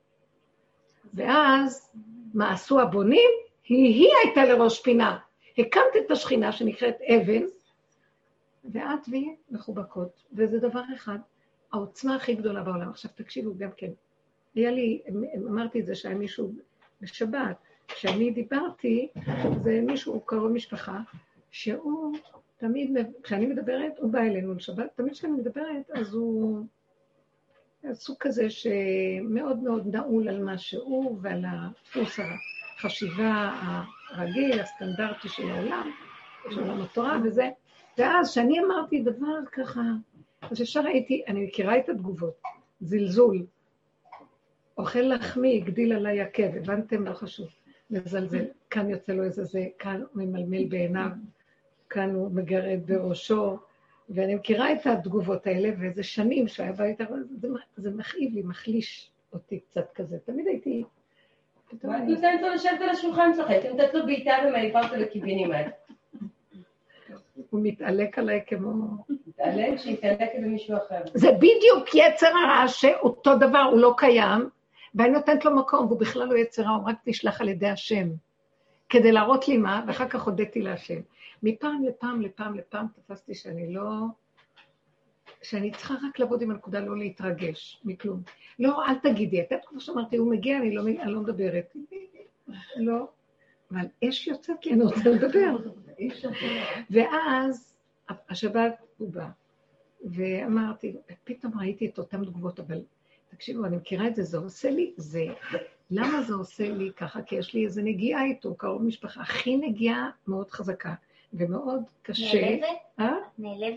ואז מה עשו הבונים? היא, היא הייתה לראש פינה. הקמת את השכינה שנקראת אבן, ואת והיא מחובקות. וזה דבר אחד, העוצמה הכי גדולה בעולם. עכשיו תקשיבו גם כן. היה לי, אמרתי את זה שהיה מישהו בשבת, כשאני דיברתי, זה מישהו, קרוב משפחה, שהוא תמיד, כשאני מדברת, הוא בא אלינו לשבת, תמיד כשאני מדברת, אז הוא סוג כזה שמאוד מאוד נעול על מה שהוא, ועל הדפוס החשיבה הרגיל, הסטנדרטי של העולם, של עולם התורה וזה. ואז כשאני אמרתי דבר ככה, אז ישר הייתי, אני מכירה את התגובות, זלזול, אוכל לחמי, הגדיל עליי עקב, הבנתם? לא חשוב, מזלזל, כאן יוצא לו איזה זה, כאן הוא ממלמל בעיניו, כאן הוא מגרד בראשו, ואני מכירה את התגובות האלה, וזה שנים שהיה בית, זה, זה מכאיב לי, מחליש אותי קצת כזה, תמיד הייתי... את נותנת לו לשבת על השולחן שלך, את נותנת לו בעיטה ומעיפה אותו לקיבינימט. הוא מתעלק עליי כמו... מתעלק שיתעלק במישהו אחר. זה בדיוק יצר הרע שאותו דבר הוא לא קיים, ואני נותנת לו מקום, והוא בכלל לא יצר רע, הוא רק נשלח על ידי השם, כדי להראות לי מה, ואחר כך הודיתי להשם. מפעם לפעם לפעם לפעם תפסתי שאני לא... שאני צריכה רק לעבוד עם הנקודה, לא להתרגש, מכלום. לא, אל תגידי, אתה כמו שאמרתי, הוא מגיע, אני לא, אני לא מדברת. לא, אבל אש יוצאת לי, אני רוצה לדבר. ואז, השבת הוא בא, ואמרתי, פתאום ראיתי את אותם תגובות, אבל תקשיבו, אני מכירה את זה, זה עושה לי, זה, למה זה עושה לי ככה? כי יש לי איזו נגיעה איתו, קרוב משפחה, הכי נגיעה מאוד חזקה, ומאוד קשה. נעלבת? אה? נעלבת?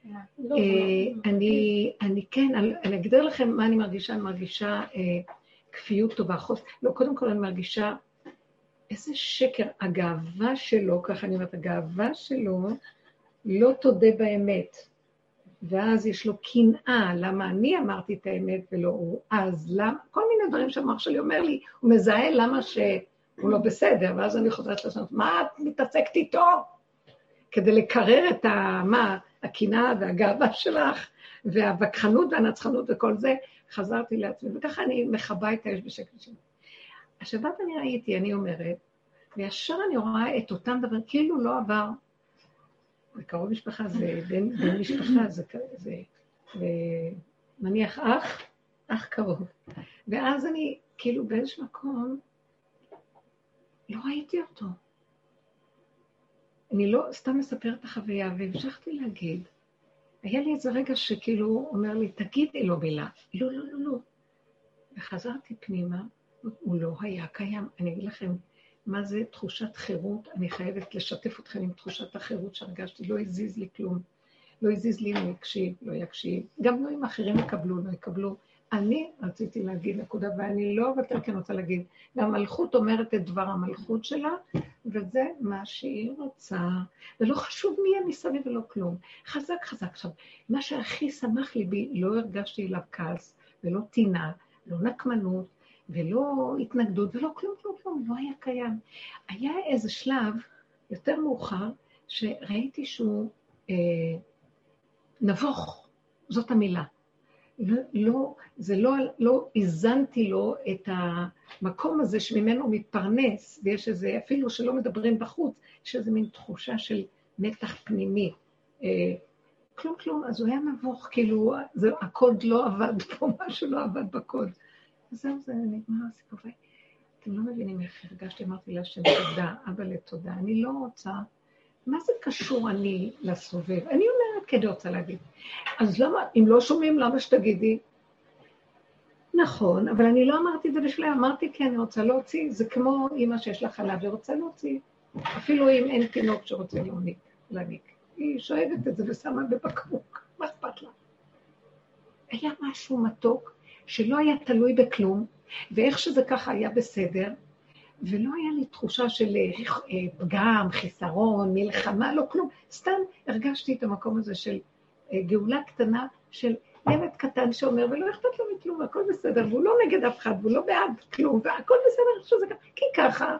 אני, אני כן, אני אגדיר לכם מה אני מרגישה, אני מרגישה כפיות טובה, חוס, לא, קודם כל אני מרגישה איזה שקר, הגאווה שלו, ככה אני אומרת, הגאווה שלו לא תודה באמת, ואז יש לו קנאה, למה אני אמרתי את האמת ולא הוא, אז למה, כל מיני דברים שהמוח שלי אומר לי, הוא מזהה למה שהוא לא בסדר, ואז אני חוזרת לשנות, מה את מתעסקת איתו? כדי לקרר את ה, מה, הקנאה והגאווה שלך, והווכחנות והנצחנות וכל זה, חזרתי לעצמי, וככה אני מחבה את האש בשקל שלי. השבת אני ראיתי, אני אומרת, וישר אני רואה את אותם דבר, כאילו לא עבר, וקרוב משפחה זה, בין, בין משפחה זה, זה, זה מניח אח, אח קרוב. ואז אני, כאילו באיזשהו מקום, לא ראיתי אותו. אני לא סתם מספר את החוויה, והמשכתי להגיד, היה לי איזה רגע שכאילו אומר לי, תגידי לו מילה. לא, לא, לא, לא. וחזרתי פנימה, הוא לא היה קיים. אני אגיד לכם, מה זה תחושת חירות? אני חייבת לשתף אתכם עם תחושת החירות שהרגשתי, לא הזיז לי כלום. לא הזיז לי, לא יקשיב, לא יקשיב. גם לא אם אחרים יקבלו, לא יקבלו. אני רציתי להגיד נקודה, ואני לא אוותר כי אני רוצה להגיד, והמלכות אומרת את דבר המלכות שלה, וזה מה שהיא רוצה, ולא חשוב מי אני מסביב ולא כלום. חזק חזק. עכשיו, מה שהכי שמח לי בי, לא הרגשתי אליו כעס, ולא טינה, לא נקמנות, ולא התנגדות, ולא כלום כלום כלום, לא היה קיים. היה איזה שלב יותר מאוחר, שראיתי שהוא אה, נבוך, זאת המילה. לא, לא, זה לא, לא הזנתי לו את המקום הזה שממנו מתפרנס, ויש איזה, אפילו שלא מדברים בחוץ, יש איזה מין תחושה של מתח פנימי. אה, כלום כלום, אז הוא היה מבוך, כאילו, זה, הקוד לא עבד פה, משהו לא עבד בקוד. וזהו, זה נגמר הסיפור. אתם לא מבינים איך הרגשתי, אמרתי להשם תודה, אבא לתודה. אני לא רוצה, מה זה קשור אני לסובב? אני אומרת כדי רוצה להגיד. אז למה, אם לא שומעים, למה שתגידי? נכון, אבל אני לא אמרתי את זה בשבילה, אמרתי כי אני רוצה להוציא, זה כמו אמא שיש לה חלב ורוצה להוציא, אפילו אם אין תינוק שרוצה להוניק, להניק. היא שואבת את זה ושמה בבקבוק, מה אכפת לה? היה משהו מתוק שלא היה תלוי בכלום, ואיך שזה ככה היה בסדר, ולא היה לי תחושה של פגם, חיסרון, מלחמה, לא כלום. סתם הרגשתי את המקום הזה של גאולה קטנה, של ילד קטן שאומר, ולא אכפת לו מכלום, הכל בסדר, והוא לא נגד אף אחד, והוא לא בעד כלום, והכל בסדר, שזה ככה, כי ככה.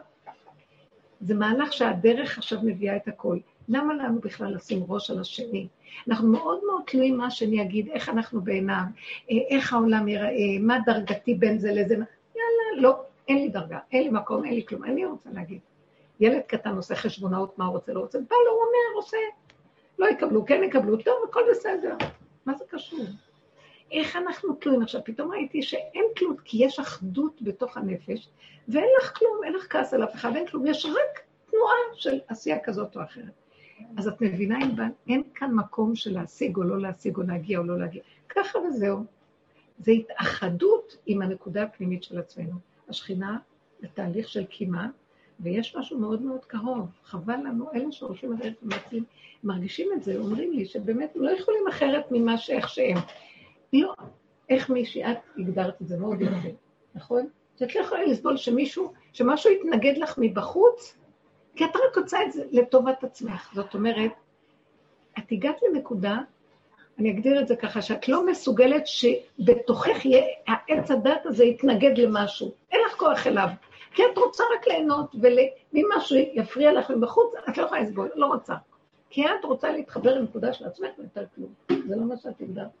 זה מהלך שהדרך עכשיו מביאה את הכל. למה לנו בכלל לשים ראש על השני? אנחנו מאוד מאוד תלויים מה שאני אגיד, איך אנחנו בעיניו, איך העולם ייראה, מה דרגתי בין זה לזה. יאללה, לא, אין לי דרגה, אין לי מקום, אין לי כלום. אני רוצה להגיד, ילד קטן עושה חשבונאות, מה הוא רוצה, לא רוצה, בא לו, הוא אומר, עושה, לא יקבלו, כן יקבלו, טוב, הכל בסדר. מה זה קשור? איך אנחנו תלויים? עכשיו, פתאום ראיתי שאין תלות, כי יש אחדות בתוך הנפש, ואין לך כלום, אין לך כעס על אף אחד, אין כלום, יש רק תנועה של עשייה כזאת או אחרת. אז את מבינה, אין, אין כאן מקום של להשיג או לא להשיג, או להגיע או לא להגיע. ככה וזהו. זה התאחדות עם הנקודה הפנימית של עצמנו. השכינה בתהליך של קימה, ויש משהו מאוד מאוד קרוב. חבל לנו, אלה שהולכים הדרך ומצאים, מרגישים את זה, אומרים לי שבאמת לא יכולים אחרת ממה שאיך שהם. לא, איך מישהי, את הגדרת את זה מאוד יפה, נכון? שאת לא יכולה לסבול שמישהו, שמשהו יתנגד לך מבחוץ, כי את רק רוצה את זה לטובת עצמך. זאת אומרת, את הגעת לנקודה, אני אגדיר את זה ככה, שאת לא מסוגלת שבתוכך יהיה, העץ הדת הזה יתנגד למשהו. אין לך כוח אליו. כי את רוצה רק ליהנות, ואם משהו יפריע לך מבחוץ, את לא יכולה לסבול, לא רוצה. כי את רוצה להתחבר לנקודה של עצמך ויותר כלום. זה לא מה שאת הגדרת.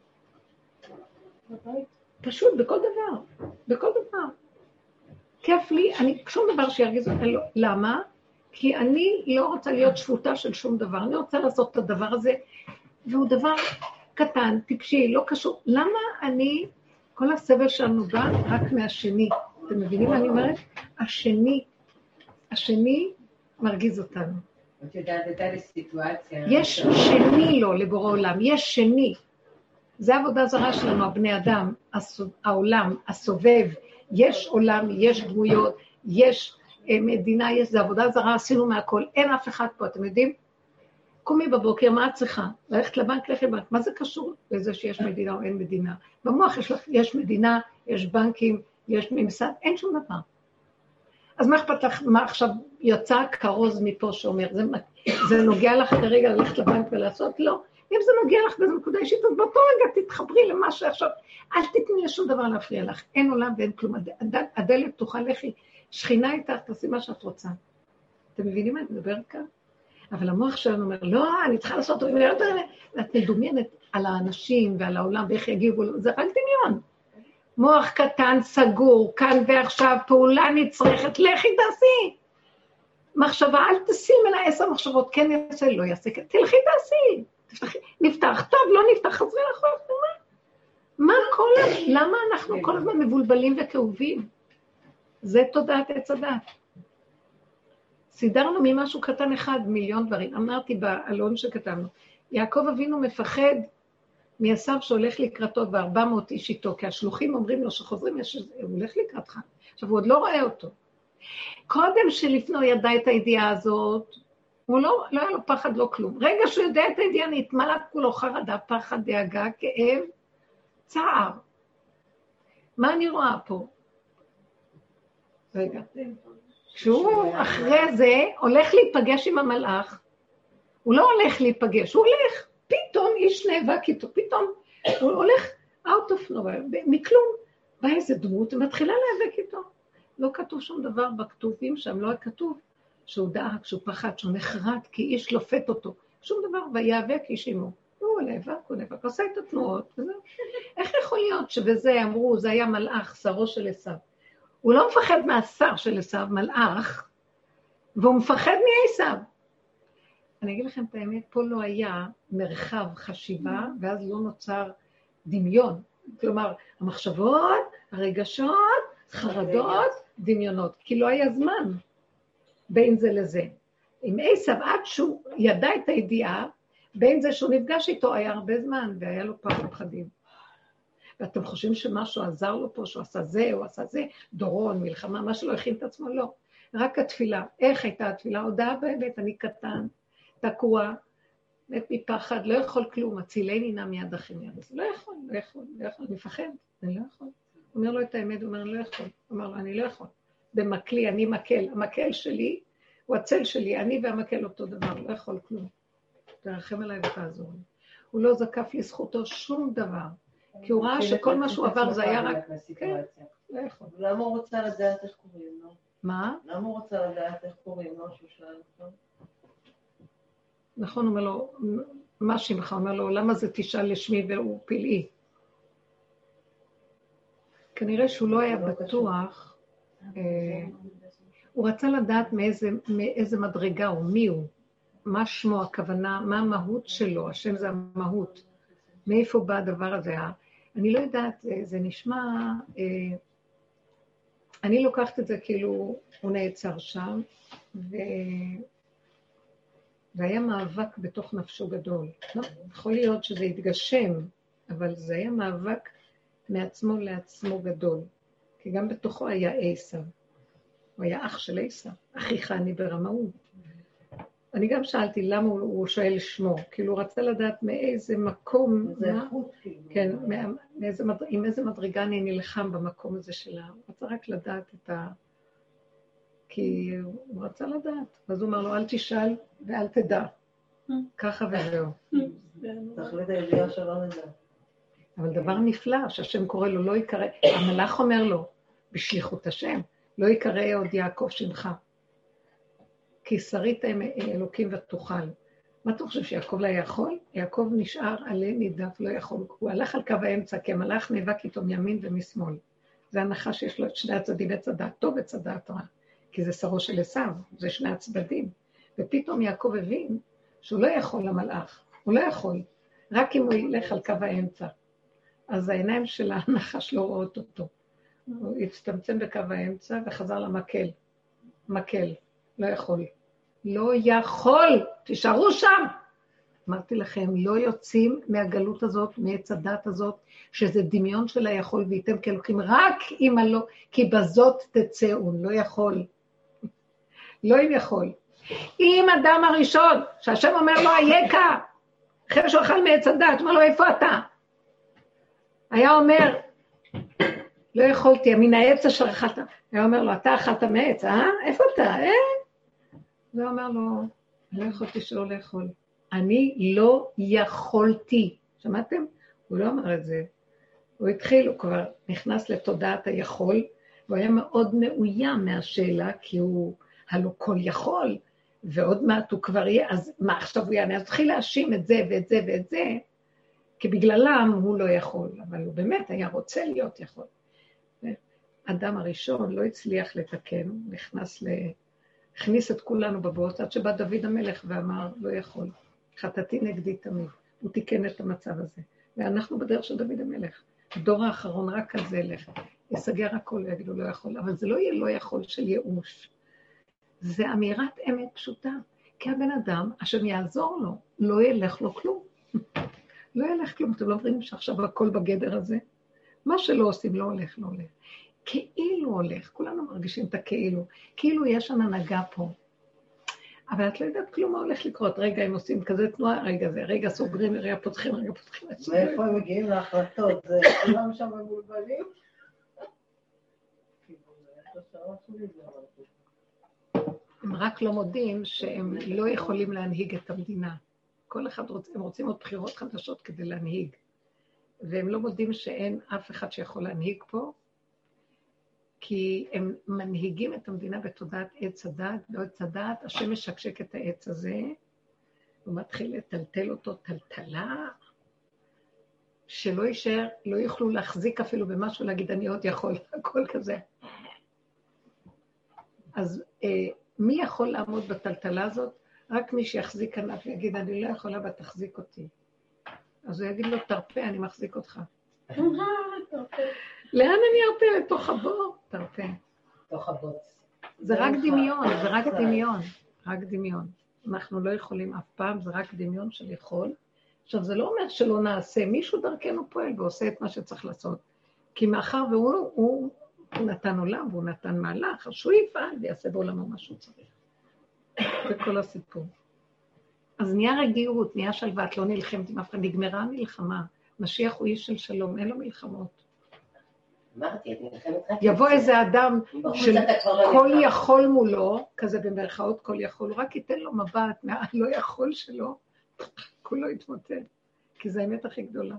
פשוט, בכל דבר. בכל דבר. כיף לי, אני, שום דבר שירגיז אותי, לא. למה? כי אני לא רוצה להיות שפוטה של שום דבר, אני רוצה לעשות את הדבר הזה, והוא דבר קטן, טיפשי, לא קשור. למה אני, כל הסבל שלנו בא רק מהשני? אתם מבינים מה אני אומרת? השני, השני מרגיז אותנו. את יודעת, הייתה לי סיטואציה. יש שני לו לבורא עולם, יש שני. זה עבודה זרה שלנו, הבני אדם, העולם, הסובב, יש עולם, יש דמויות, יש מדינה, יש, זה עבודה זרה, עשינו מהכל, אין אף אחד פה, אתם יודעים? קומי בבוקר, מה את צריכה? ללכת לבנק, לכי לבנק, מה זה קשור לזה שיש מדינה או אין מדינה? במוח יש, לך, יש מדינה, יש בנקים, יש ממסד, אין שום דבר. אז מה אכפת לך, מה עכשיו יצא כרוז מפה שאומר, זה, זה נוגע לך כרגע ללכת לבנק ולעשות? לא. אם זה נוגע לך באיזו נקודה אישית, אז באותו רגע תתחברי למה שעכשיו, אל תתני לשום דבר להפריע לך, אין עולם ואין כלום, הדלת תוכל לכי, שכינה איתך, תעשי מה שאת רוצה. אתם מבינים מה אני מדברת כאן? אבל המוח שלנו אומר, לא, אני צריכה לעשות, ואת מדומיינת על האנשים ועל העולם, ואיך יגיבו, זה רק דמיון. מוח קטן, סגור, כאן ועכשיו, פעולה נצרכת, לכי תעשי. מחשבה, אל תעשי ממנה עשר מחשבות, כן יעשה, לא יעשה, תלכי תעשי. תפתחי, נפתח, טוב, לא נפתח, חזרי לחול, מה? מה כל, למה אנחנו כל הזמן מבולבלים וכאובים? זה תודעת עץ הדת. סידרנו ממשהו קטן אחד, מיליון דברים. אמרתי באלון שכתבנו, יעקב אבינו מפחד מעשיו שהולך לקראתו ב-ארבע מאות איש איתו, כי השלוחים אומרים לו שחוזרים, הוא הולך לקראתך. עכשיו, הוא עוד לא רואה אותו. קודם שלפנו ידע את הידיעה הזאת, הוא לא, לא היה לו פחד, לא כלום. רגע שהוא יודע את הידיעה, נתמלא כולו חרדה, פחד, דאגה, כאב, צער. מה אני רואה פה? רגע. כשהוא אחרי זה הולך להיפגש עם המלאך, הוא לא הולך להיפגש, הוא הולך, פתאום איש נאבק איתו, פתאום הוא הולך out of nowhere, מכלום, בא איזה דמות ומתחילה להיאבק איתו. לא כתוב שום דבר בכתובים שם, לא כתוב שהוא דאג, שהוא פחד, שהוא נחרד, כי איש לופת אותו. שום דבר, ויאבק איש עמו. הוא נאבק, הוא נאבק, עושה את התנועות. איך יכול להיות שבזה אמרו, זה היה מלאך, שרו של עשיו. הוא לא מפחד מהשר של עשיו, מלאך, והוא מפחד מעשיו. אני אגיד לכם את האמת, פה לא היה מרחב חשיבה, ואז לא נוצר דמיון. כלומר, המחשבות, הרגשות, חרדות, דמיונות, כי לא היה זמן בין זה לזה. עם עשיו, עד שהוא ידע את הידיעה, בין זה שהוא נפגש איתו היה הרבה זמן, והיה לו פחד פחדים. ואתם חושבים שמשהו עזר לו פה, שהוא עשה זה, הוא עשה זה, דורון, מלחמה, מה שלא הכין את עצמו, לא. רק התפילה. איך הייתה התפילה? הודעה באמת, אני קטן, תקוע, מת מפחד, לא יכול כלום, הצילני נע מיד אחים יד. לא יכול, לא יכול, לא יכול, אני מפחד, אני לא יכול. הוא אומר לו את האמת, הוא אומר, אני לא יכול. הוא אומר לו, אני לא יכול. במקלי, אני מקל, המקל שלי, הוא הצל שלי, אני והמקל אותו דבר, לא יכול כלום. תרחם עליי ותעזור לי. הוא לא זקף לזכותו שום דבר, כי הוא ראה שכל מה שהוא עבר זה היה רק... כן, לא יכול. למה הוא רוצה לדעת איך קוראים לו? מה? למה הוא רוצה לדעת איך קוראים לו, שהוא שאל אותו? נכון, הוא אומר לו, מה שמך? הוא אומר לו, למה זה תשאל לשמי והוא פלאי? כנראה שהוא לא היה בטוח, הוא רצה לדעת מאיזה, מאיזה מדרגה הוא, מי הוא, מה שמו, הכוונה, מה המהות שלו, השם זה המהות, מאיפה בא הדבר הזה. אני לא יודעת, זה נשמע, אני לוקחת את זה כאילו הוא נעצר שם, ו... והיה מאבק בתוך נפשו גדול. לא? יכול להיות שזה יתגשם, אבל זה היה מאבק מעצמו לעצמו גדול, כי גם בתוכו היה עשיו. הוא היה אח של עשיו, אחיך אני ברמאות. אני גם שאלתי למה הוא, הוא שואל שמו, כאילו הוא רצה לדעת מאיזה מקום, זה מה, איכות, כאילו. כן, מה, מאיזה, עם איזה מדרגה אני נלחם במקום הזה שלה. הוא רצה רק לדעת את ה... כי הוא רצה לדעת. אז הוא אומר לו, אל תשאל ואל תדע. ככה וזהו. תחליט הידיעה שלא נדע. אבל דבר נפלא, שהשם קורא לו, לא יקרא, המלאך אומר לו, בשליחות השם, לא יקרא עוד יעקב שמך. כי שרית אלוקים ותוכל. מה אתה חושב, שיעקב לא יכול? יעקב נשאר עלי נידף, לא יכול. הוא הלך על קו האמצע, כי המלאך נאבק איתו מימין ומשמאל. זה הנחה שיש לו את שני הצדדים, את צדעת טוב ואת צדעת רע. כי זה שרו של עשיו, זה שני הצדדים. ופתאום יעקב הבין שהוא לא יכול למלאך, הוא לא יכול, רק אם הוא ילך על קו האמצע. אז העיניים של הנחש לא רואות אותו. הוא הצטמצם בקו האמצע וחזר למקל. מקל, לא יכול. לא יכול, תישארו שם. אמרתי לכם, לא יוצאים מהגלות הזאת, מעץ הדת הזאת, שזה דמיון של היכול, וייתם כאלוקים, רק אם הלא, כי בזאת תצאו, לא יכול. לא אם יכול. אם אדם הראשון, שהשם אומר לו, אייכה, אחרי שהוא אכל מעץ הדת, אומר לו, איפה אתה? היה אומר, לא יכולתי, מן העץ אשר אכלת. היה אומר לו, אתה אכלת מעץ, אה? איפה אתה, אה? הוא אומר לו, לא יכולתי שלא לאכול. אני לא יכולתי. שמעתם? הוא לא אמר את זה. הוא התחיל, הוא כבר נכנס לתודעת היכול, והוא היה מאוד מאוים מהשאלה, כי הוא הלא כל יכול, ועוד מעט הוא כבר יהיה, אז מה עכשיו הוא יענה? אז התחיל להאשים את זה ואת זה ואת זה, כי בגללם הוא לא יכול, אבל הוא באמת היה רוצה להיות יכול. אדם הראשון לא הצליח לתקן, נכנס ל... הכניס את כולנו בבוץ, עד שבא דוד המלך ואמר, לא יכול, חטאתי נגדי תמיד. הוא תיקן את המצב הזה. ואנחנו בדרך של דוד המלך. הדור האחרון רק על זה ילך. יסגר הכל ויגידו לא יכול, אבל זה לא יהיה לא יכול של ייאוש. זה אמירת אמת פשוטה. כי הבן אדם, השם יעזור לו, לא ילך לו כלום. לא ילך כלום, אתם לא מבינים שעכשיו הכל בגדר הזה? מה שלא עושים לא הולך, לא הולך. כאילו הולך, כולנו מרגישים את הכאילו, כאילו יש שם הנהגה פה. אבל את לא יודעת כלום מה הולך לקרות, רגע הם עושים כזה תנועה, רגע זה, רגע סוגרים, רגע פותחים, רגע פותחים. מאיפה הם מגיעים להחלטות? זה כולם שם מבולבלים? הם רק לא מודים שהם לא יכולים להנהיג את המדינה. כל אחד רוצה, הם רוצים עוד בחירות חדשות כדי להנהיג. והם לא מודים שאין אף אחד שיכול להנהיג פה, כי הם מנהיגים את המדינה בתודעת עץ הדת, ועץ הדת, השם משקשק את העץ הזה, הוא מתחיל לטלטל אותו טלטלה, שלא יישאר, לא יוכלו להחזיק אפילו במשהו, להגיד אני עוד יכול, הכל כזה. אז אה, מי יכול לעמוד בטלטלה הזאת? רק מי שיחזיק עליו ויגיד, אני לא יכולה ותחזיק אותי. אז הוא יגיד לו, תרפה, אני מחזיק אותך. לאן אני ארפה? לתוך הבור? תרפה. תוך הבוץ. זה רק דמיון, זה רק דמיון. רק דמיון. אנחנו לא יכולים אף פעם, זה רק דמיון של יכול. עכשיו, זה לא אומר שלא נעשה, מישהו דרכנו פועל ועושה את מה שצריך לעשות. כי מאחר והוא הוא, הוא נתן עולם והוא נתן מהלך, אז שהוא יפעל ויעשה בעולמו מה שהוא צריך. זה כל הסיפור. אז נהיה רגיעות, נהיה שלווה, את לא נלחמת עם אף אחד, נגמרה המלחמה. משיח הוא איש של שלום, אין לו מלחמות. אמרתי, את נלחמת רק... יבוא איזה אדם של כל יכול מולו, כזה במרכאות כל יכול, רק ייתן לו מבט מהלא יכול שלו, כולו יתמוטט, כי זה האמת הכי גדולה.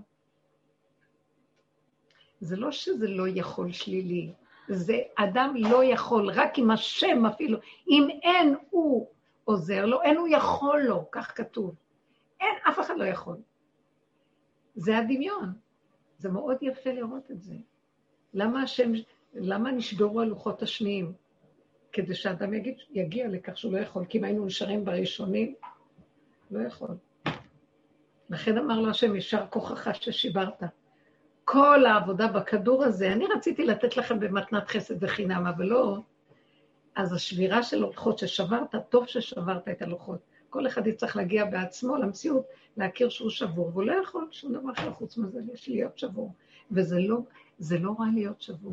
זה לא שזה לא יכול שלילי, זה אדם לא יכול, רק עם השם אפילו, אם אין הוא עוזר לו, אין הוא יכול לו, כך כתוב. אין, אף אחד לא יכול. זה הדמיון. זה מאוד יפה לראות את זה. למה השם, למה נשברו הלוחות השניים? כדי שאדם יגיד, יגיע לכך שהוא לא יכול, כי אם היינו נשארים בראשונים, לא יכול. לכן אמר לו השם, ישר כוחך ששיברת. כל העבודה בכדור הזה, אני רציתי לתת לכם במתנת חסד וחינם, אבל לא. אז השבירה של הלוחות ששברת, טוב ששברת את הלוחות. כל אחד יצטרך להגיע בעצמו למציאות, להכיר שהוא שבור, והוא לא יכול שום דבר אחר חוץ מזה, יש להיות שבור. וזה לא, זה לא רע להיות שבור.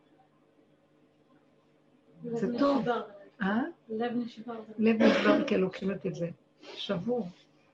זה טוב. אה? לב נשבר. לב נשבר, כי לוקחים את זה. שבור.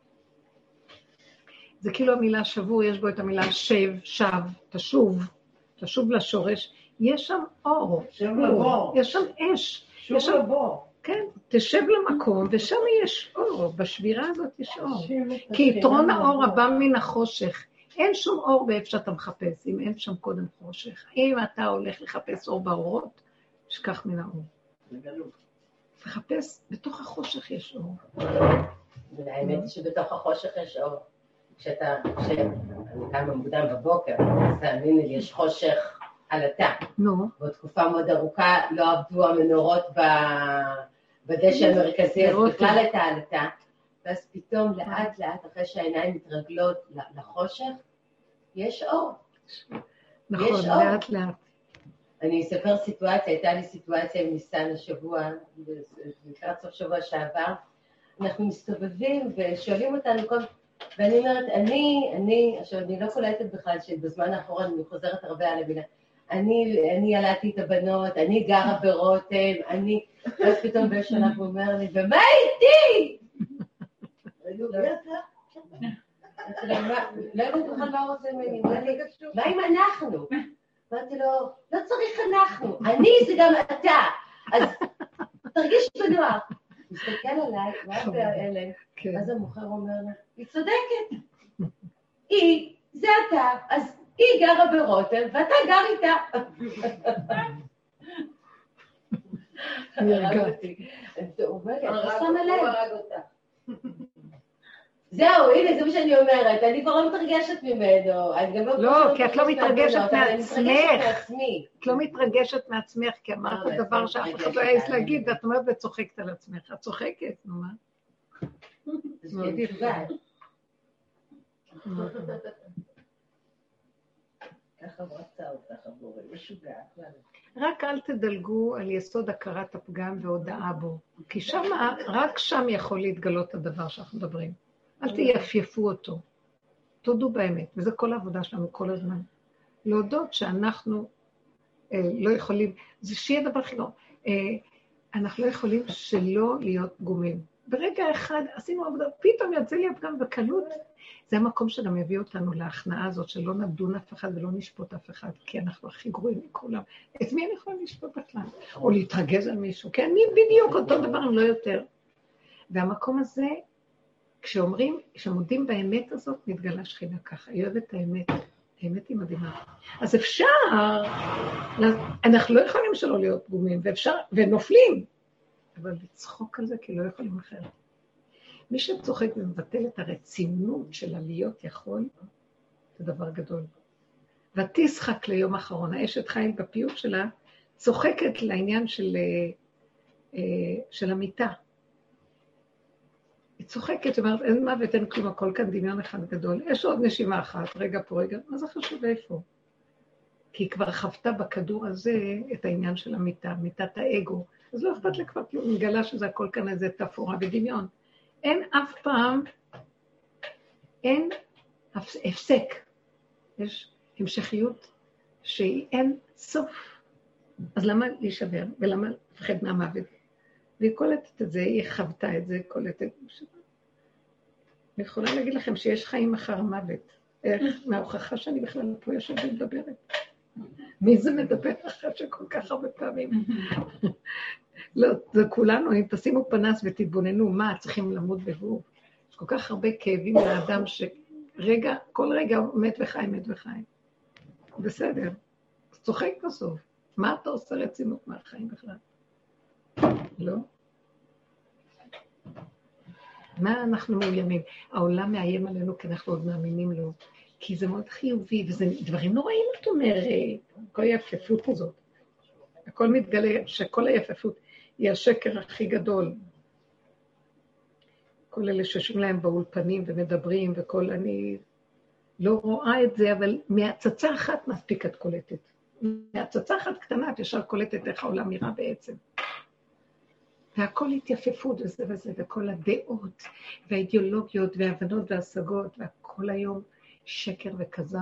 זה כאילו המילה שבור, יש בו את המילה שב, שב, תשוב, תשוב לשורש. יש שם אור. שב לבור. יש שם אש. שוב לבור. כן, תשב למקום, ושם יש אור, בשבירה הזאת יש אור. כי יתרון האור הבא מן החושך. אין שום אור באיפה שאתה מחפש, אם אין שם קודם חושך. אם אתה הולך לחפש אור באורות, שכח מן האור. לחפש, בתוך החושך יש אור. האמת שבתוך החושך יש אור. כשאתה, כשאני קמה מוקדם בבוקר, אז תאמיני לי, יש חושך על התא. נו. בתקופה מאוד ארוכה לא עבדו המנורות בדשא המרכזי, אז בכלל הייתה על התא. ואז פתאום לאט לאט, אחרי שהעיניים מתרגלות לחושך, יש אור. נכון, לאט לאט. אני אספר סיטואציה, הייתה לי סיטואציה עם ניסן השבוע, לקראת סוף שבוע שעבר, אנחנו מסתובבים ושואלים אותנו כל... ואני אומרת, אני, אני, עכשיו אני לא קולטת בכלל שבזמן האחרון אני חוזרת הרבה על המילה, אני, אני ילדתי את הבנות, אני גרה ברותם, אני, ואז פתאום באיזשהו שלב הוא אומר לי, ומה איתי? לא יודעת בכלל מה הוא רוצה ממני, מה אם אנחנו? אמרתי לו, לא צריך אנחנו, אני זה גם אתה, אז תרגיש בנוח. מסתכל עליי, מה באלה, אז המוכר אומר לה, היא צודקת, היא, זה אתה, אז היא גרה ברותם, ואתה גר איתה. אני הרגעתי. הוא אומר לי, אתה שם עליהם. זהו, הנה, זה מה שאני אומרת, אני כבר לא מתרגשת ממנו. לא, כי את לא מתרגשת מעצמך. את לא מתרגשת מעצמך, כי אמרת דבר שאף אחד לא יעז להגיד, ואת אומרת וצוחקת על עצמך. את צוחקת, נו מה? מאוד יפה. ככה רצה אותך עבורי, משוגעת. רק אל תדלגו על יסוד הכרת הפגם והודעה בו, כי שם, רק שם יכול להתגלות הדבר שאנחנו מדברים. אל תייפייפו אותו, תודו באמת, וזה כל העבודה שלנו כל הזמן. להודות שאנחנו אה, לא יכולים, זה שיהיה דבר שלא, אה, אנחנו לא יכולים שלא להיות פגומים. ברגע אחד עשינו עבודה, פתאום יצא לי הפגם בקלות, זה המקום שגם יביא אותנו להכנעה הזאת, שלא נדון אף אחד ולא נשפוט אף אחד, כי אנחנו הכי גרועים מכולם. את מי אני יכולה לשפוט בכלל? או להתרגז על מישהו, כי אני בדיוק אותו דבר, אם לא יותר. והמקום הזה, כשאומרים, כשמודים באמת הזאת, מתגלה שכינה ככה, היא אוהבת את האמת, האמת היא מדהימה. אז אפשר, אנחנו לא יכולים שלא להיות פגומים, ואפשר, ונופלים, אבל לצחוק על זה, כי לא יכולים אחרת. מי שצוחק ומבטל את הרצינות של הלהיות יכול, זה דבר גדול. ותשחק ליום האחרון, האשת חיל בפיוט שלה, צוחקת לעניין של, של המיטה. היא צוחקת, אומרת, אין מוות, אין כלום, הכל כאן דמיון אחד גדול. יש עוד נשימה אחת, רגע פה, רגע, מה זה חשוב איפה? כי היא כבר חוותה בכדור הזה את העניין של המיטה, מיטת האגו. אז לא אכפת לה כבר כלום, מגלה שזה הכל כאן איזה תפאורה ודמיון. אין אף פעם, אין הפסק. יש המשכיות שהיא אין סוף. אז למה להישבר ולמה לפחד מהמוות? והיא קולטת את זה, היא חוותה את זה, קולטת. אני יכולה להגיד לכם שיש חיים אחר המוות. איך? מההוכחה שאני בכלל פה יושבת ומדברת. מי זה מדבר אחת שכל כך הרבה פעמים? לא, זה כולנו, אם תשימו פנס ותתבוננו, מה, צריכים למות בגוף. יש כל כך הרבה כאבים לאדם שרגע, כל רגע מת וחי, מת וחי. בסדר, צוחק בסוף. מה אתה עושה רצינות מהחיים בכלל? לא? מה אנחנו מאוימים? העולם מאיים עלינו כי אנחנו עוד מאמינים לו. כי זה מאוד חיובי, וזה דברים נוראים, את אומרת, כל היפפות הזאת. הכל מתגלה שכל היפפות היא השקר הכי גדול. כל אלה שיושבים להם באולפנים ומדברים, וכל אני לא רואה את זה, אבל מהצצה אחת מספיק את קולטת. מהצצה אחת קטנה, את ישר קולטת איך העולם נראה בעצם. והכל התייפפות וזה וזה, וכל הדעות, והאידיאולוגיות, וההבנות וההשגות, והכל היום שקר וכזב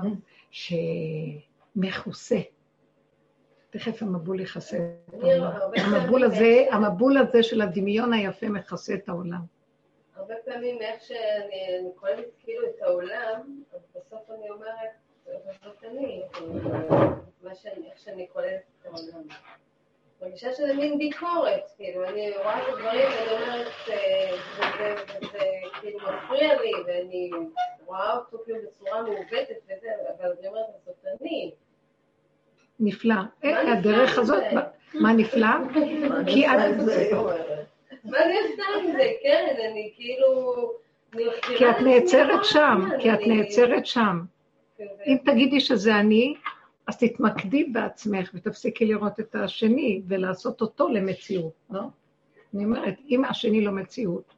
שמחוסה. תכף המבול יחסה את העולם. המבול הזה, המבול הזה של הדמיון היפה מחסה את העולם. הרבה פעמים איך שאני קולטת כאילו את העולם, אז בסוף אני אומרת, זאת אני, איך שאני קולטת את העולם. מרגישה שזה מין ביקורת, כאילו, אני רואה את הדברים ואני אומרת, וזה כאילו מפריע לי, ואני רואה אותו כאילו בצורה מעוותת וזה, אבל אני אומרת, זאת אני. נפלא. הדרך הזאת, מה נפלא? כי את... מה אני עושה עם זה, קרן? אני כאילו... כי את נעצרת שם, כי את נעצרת שם. אם תגידי שזה אני, אז תתמקדי בעצמך ותפסיקי לראות את השני ולעשות אותו למציאות, לא? אני אומרת, אם השני לא מציאות,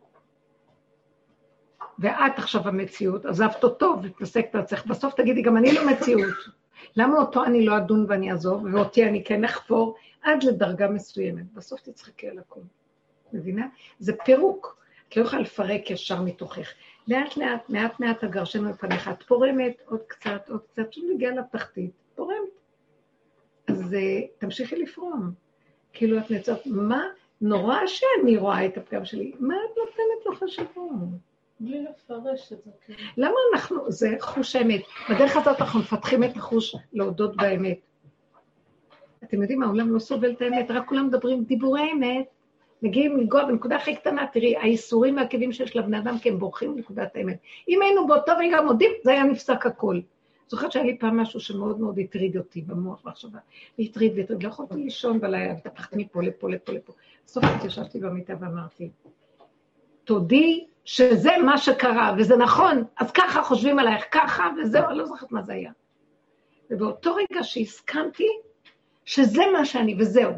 ואת עכשיו המציאות, עזבת אותו ותתעסק בעצמך, בסוף תגידי, גם אני לא מציאות. למה אותו אני לא אדון ואני אעזוב, ואותי אני כן אחפור, עד לדרגה מסוימת. בסוף תצחקי על הכל. מבינה? זה פירוק. את לא יכולה לפרק ישר מתוכך. לאט לאט, מעט מעט הגרשנו על פניך, את פורמת עוד קצת, עוד קצת, שאני מגיעה לתחתית, פורמת. אז תמשיכי לפרום. כאילו את נעצרת, מה? נורא שאני רואה את הפגם שלי. מה את נותנת לו חשבון? בלי לפרש את זה. למה אנחנו, זה חוש האמת. בדרך הזאת אנחנו מפתחים את החוש להודות באמת. אתם יודעים, העולם לא סובל את האמת, רק כולם מדברים דיבורי אמת. מגיעים לגוע בנקודה הכי קטנה, תראי, האיסורים והכאבים שיש לבני אדם, כי הם בורחים לנקודת האמת. אם היינו באותו רגע מודים, זה היה נפסק הכל. זוכרת שהיה לי פעם משהו שמאוד מאוד הטריד אותי במוח מחשבה. והטריד והטריד, לא יכולתי לישון בלילה, ותפחתי מפה לפה לפה לפה. בסוף התיישבתי במיטה ואמרתי, תודי שזה מה שקרה, וזה נכון, אז ככה חושבים עלייך, ככה, וזהו, אני לא זוכרת מה זה היה. ובאותו רגע שהסכמתי, שזה מה שאני, וזהו.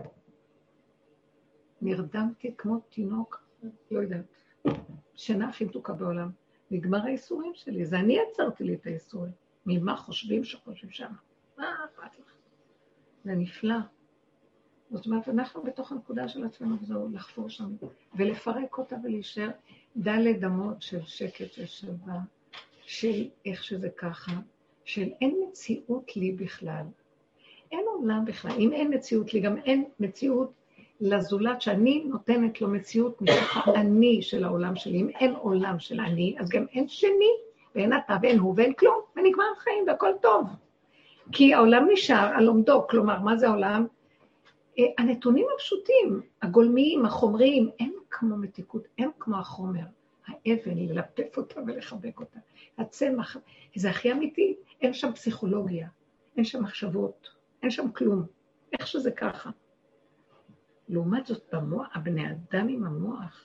נרדמתי כמו תינוק, לא יודעת, שינה הכי מתוקה בעולם. נגמר האיסורים שלי, זה אני יצרתי לי את האיסורים. ממה חושבים שחושבים שם? מה אכפת לך? זה נפלא. זאת אומרת, אנחנו בתוך הנקודה של עצמנו, וזהו, לחפור שם, ולפרק אותה ולהישאר דלת אמות של שקט, של שלווה, של איך שזה ככה, של אין מציאות לי בכלל. אין עולם בכלל. אם אין מציאות לי, גם אין מציאות לזולת שאני נותנת לו מציאות מתוך האני של העולם שלי. אם אין עולם של אני, אז גם אין שני, ואין אתה ואין הוא ואין כלום, ונגמר החיים והכל טוב. כי העולם נשאר על עומדו, כלומר, מה זה העולם? הנתונים הפשוטים, הגולמיים, החומריים, אין כמו מתיקות, אין כמו החומר, האבן, ללפף אותה ולחבק אותה. הצמח, זה הכי אמיתי, אין שם פסיכולוגיה, אין שם מחשבות, אין שם כלום, איך שזה ככה. לעומת זאת, במוח, הבני אדם עם המוח.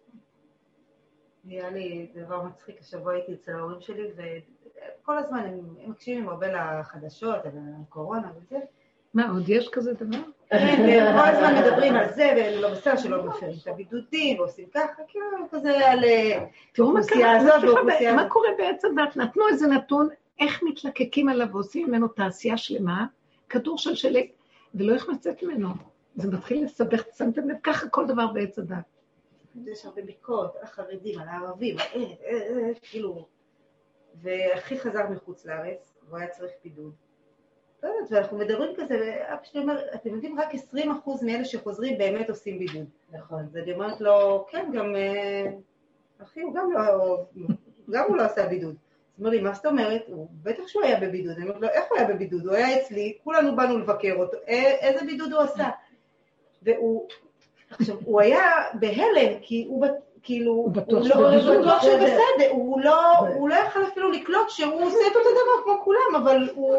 היה לי דבר מצחיק, השבוע הייתי אצל ההורים שלי, וכל הזמן הם, הם מקשיבים הרבה לחדשות, על הקורונה וזה. מה, עוד יש כזה דבר? כן, והם כל הזמן מדברים על זה, והם לא בסדר שלא מפרים את הבידודים, ועושים ככה, כאילו כזה על אוכלוסייה הזאת ואוכלוסייה הזאת. מה קורה בעצם? נתנו איזה נתון, איך מתלקקים עליו ועושים ממנו תעשייה שלמה, כדור של שלג, ולא איך לצאת ממנו. זה מתחיל לסבך, שמתם לב, ככה כל דבר בעץ הדת. יש הרבה ביקורת על החרדים, על הערבים, כאילו, והכי חזר מחוץ לארץ, והוא היה צריך בידוד. לא יודעת, ואנחנו מדברים כזה, ואבא שלי אומר, אתם יודעים, רק עשרים אחוז מאלה שחוזרים באמת עושים בידוד. נכון. אז אני אומרת לו, כן, גם, אחי, הוא גם לא, גם הוא לא עשה בידוד. אז אומר לי, מה זאת אומרת? הוא בטח שהוא היה בבידוד. אני אומרת לו, איך הוא היה בבידוד? הוא היה אצלי, כולנו באנו לבקר אותו, איזה בידוד הוא עשה? והוא, עכשיו, הוא היה בהלם, כי הוא, כאילו, הוא בטוח שבסדר, הוא לא יכל אפילו לקלוט שהוא עושה את אותו דבר כמו כולם, אבל הוא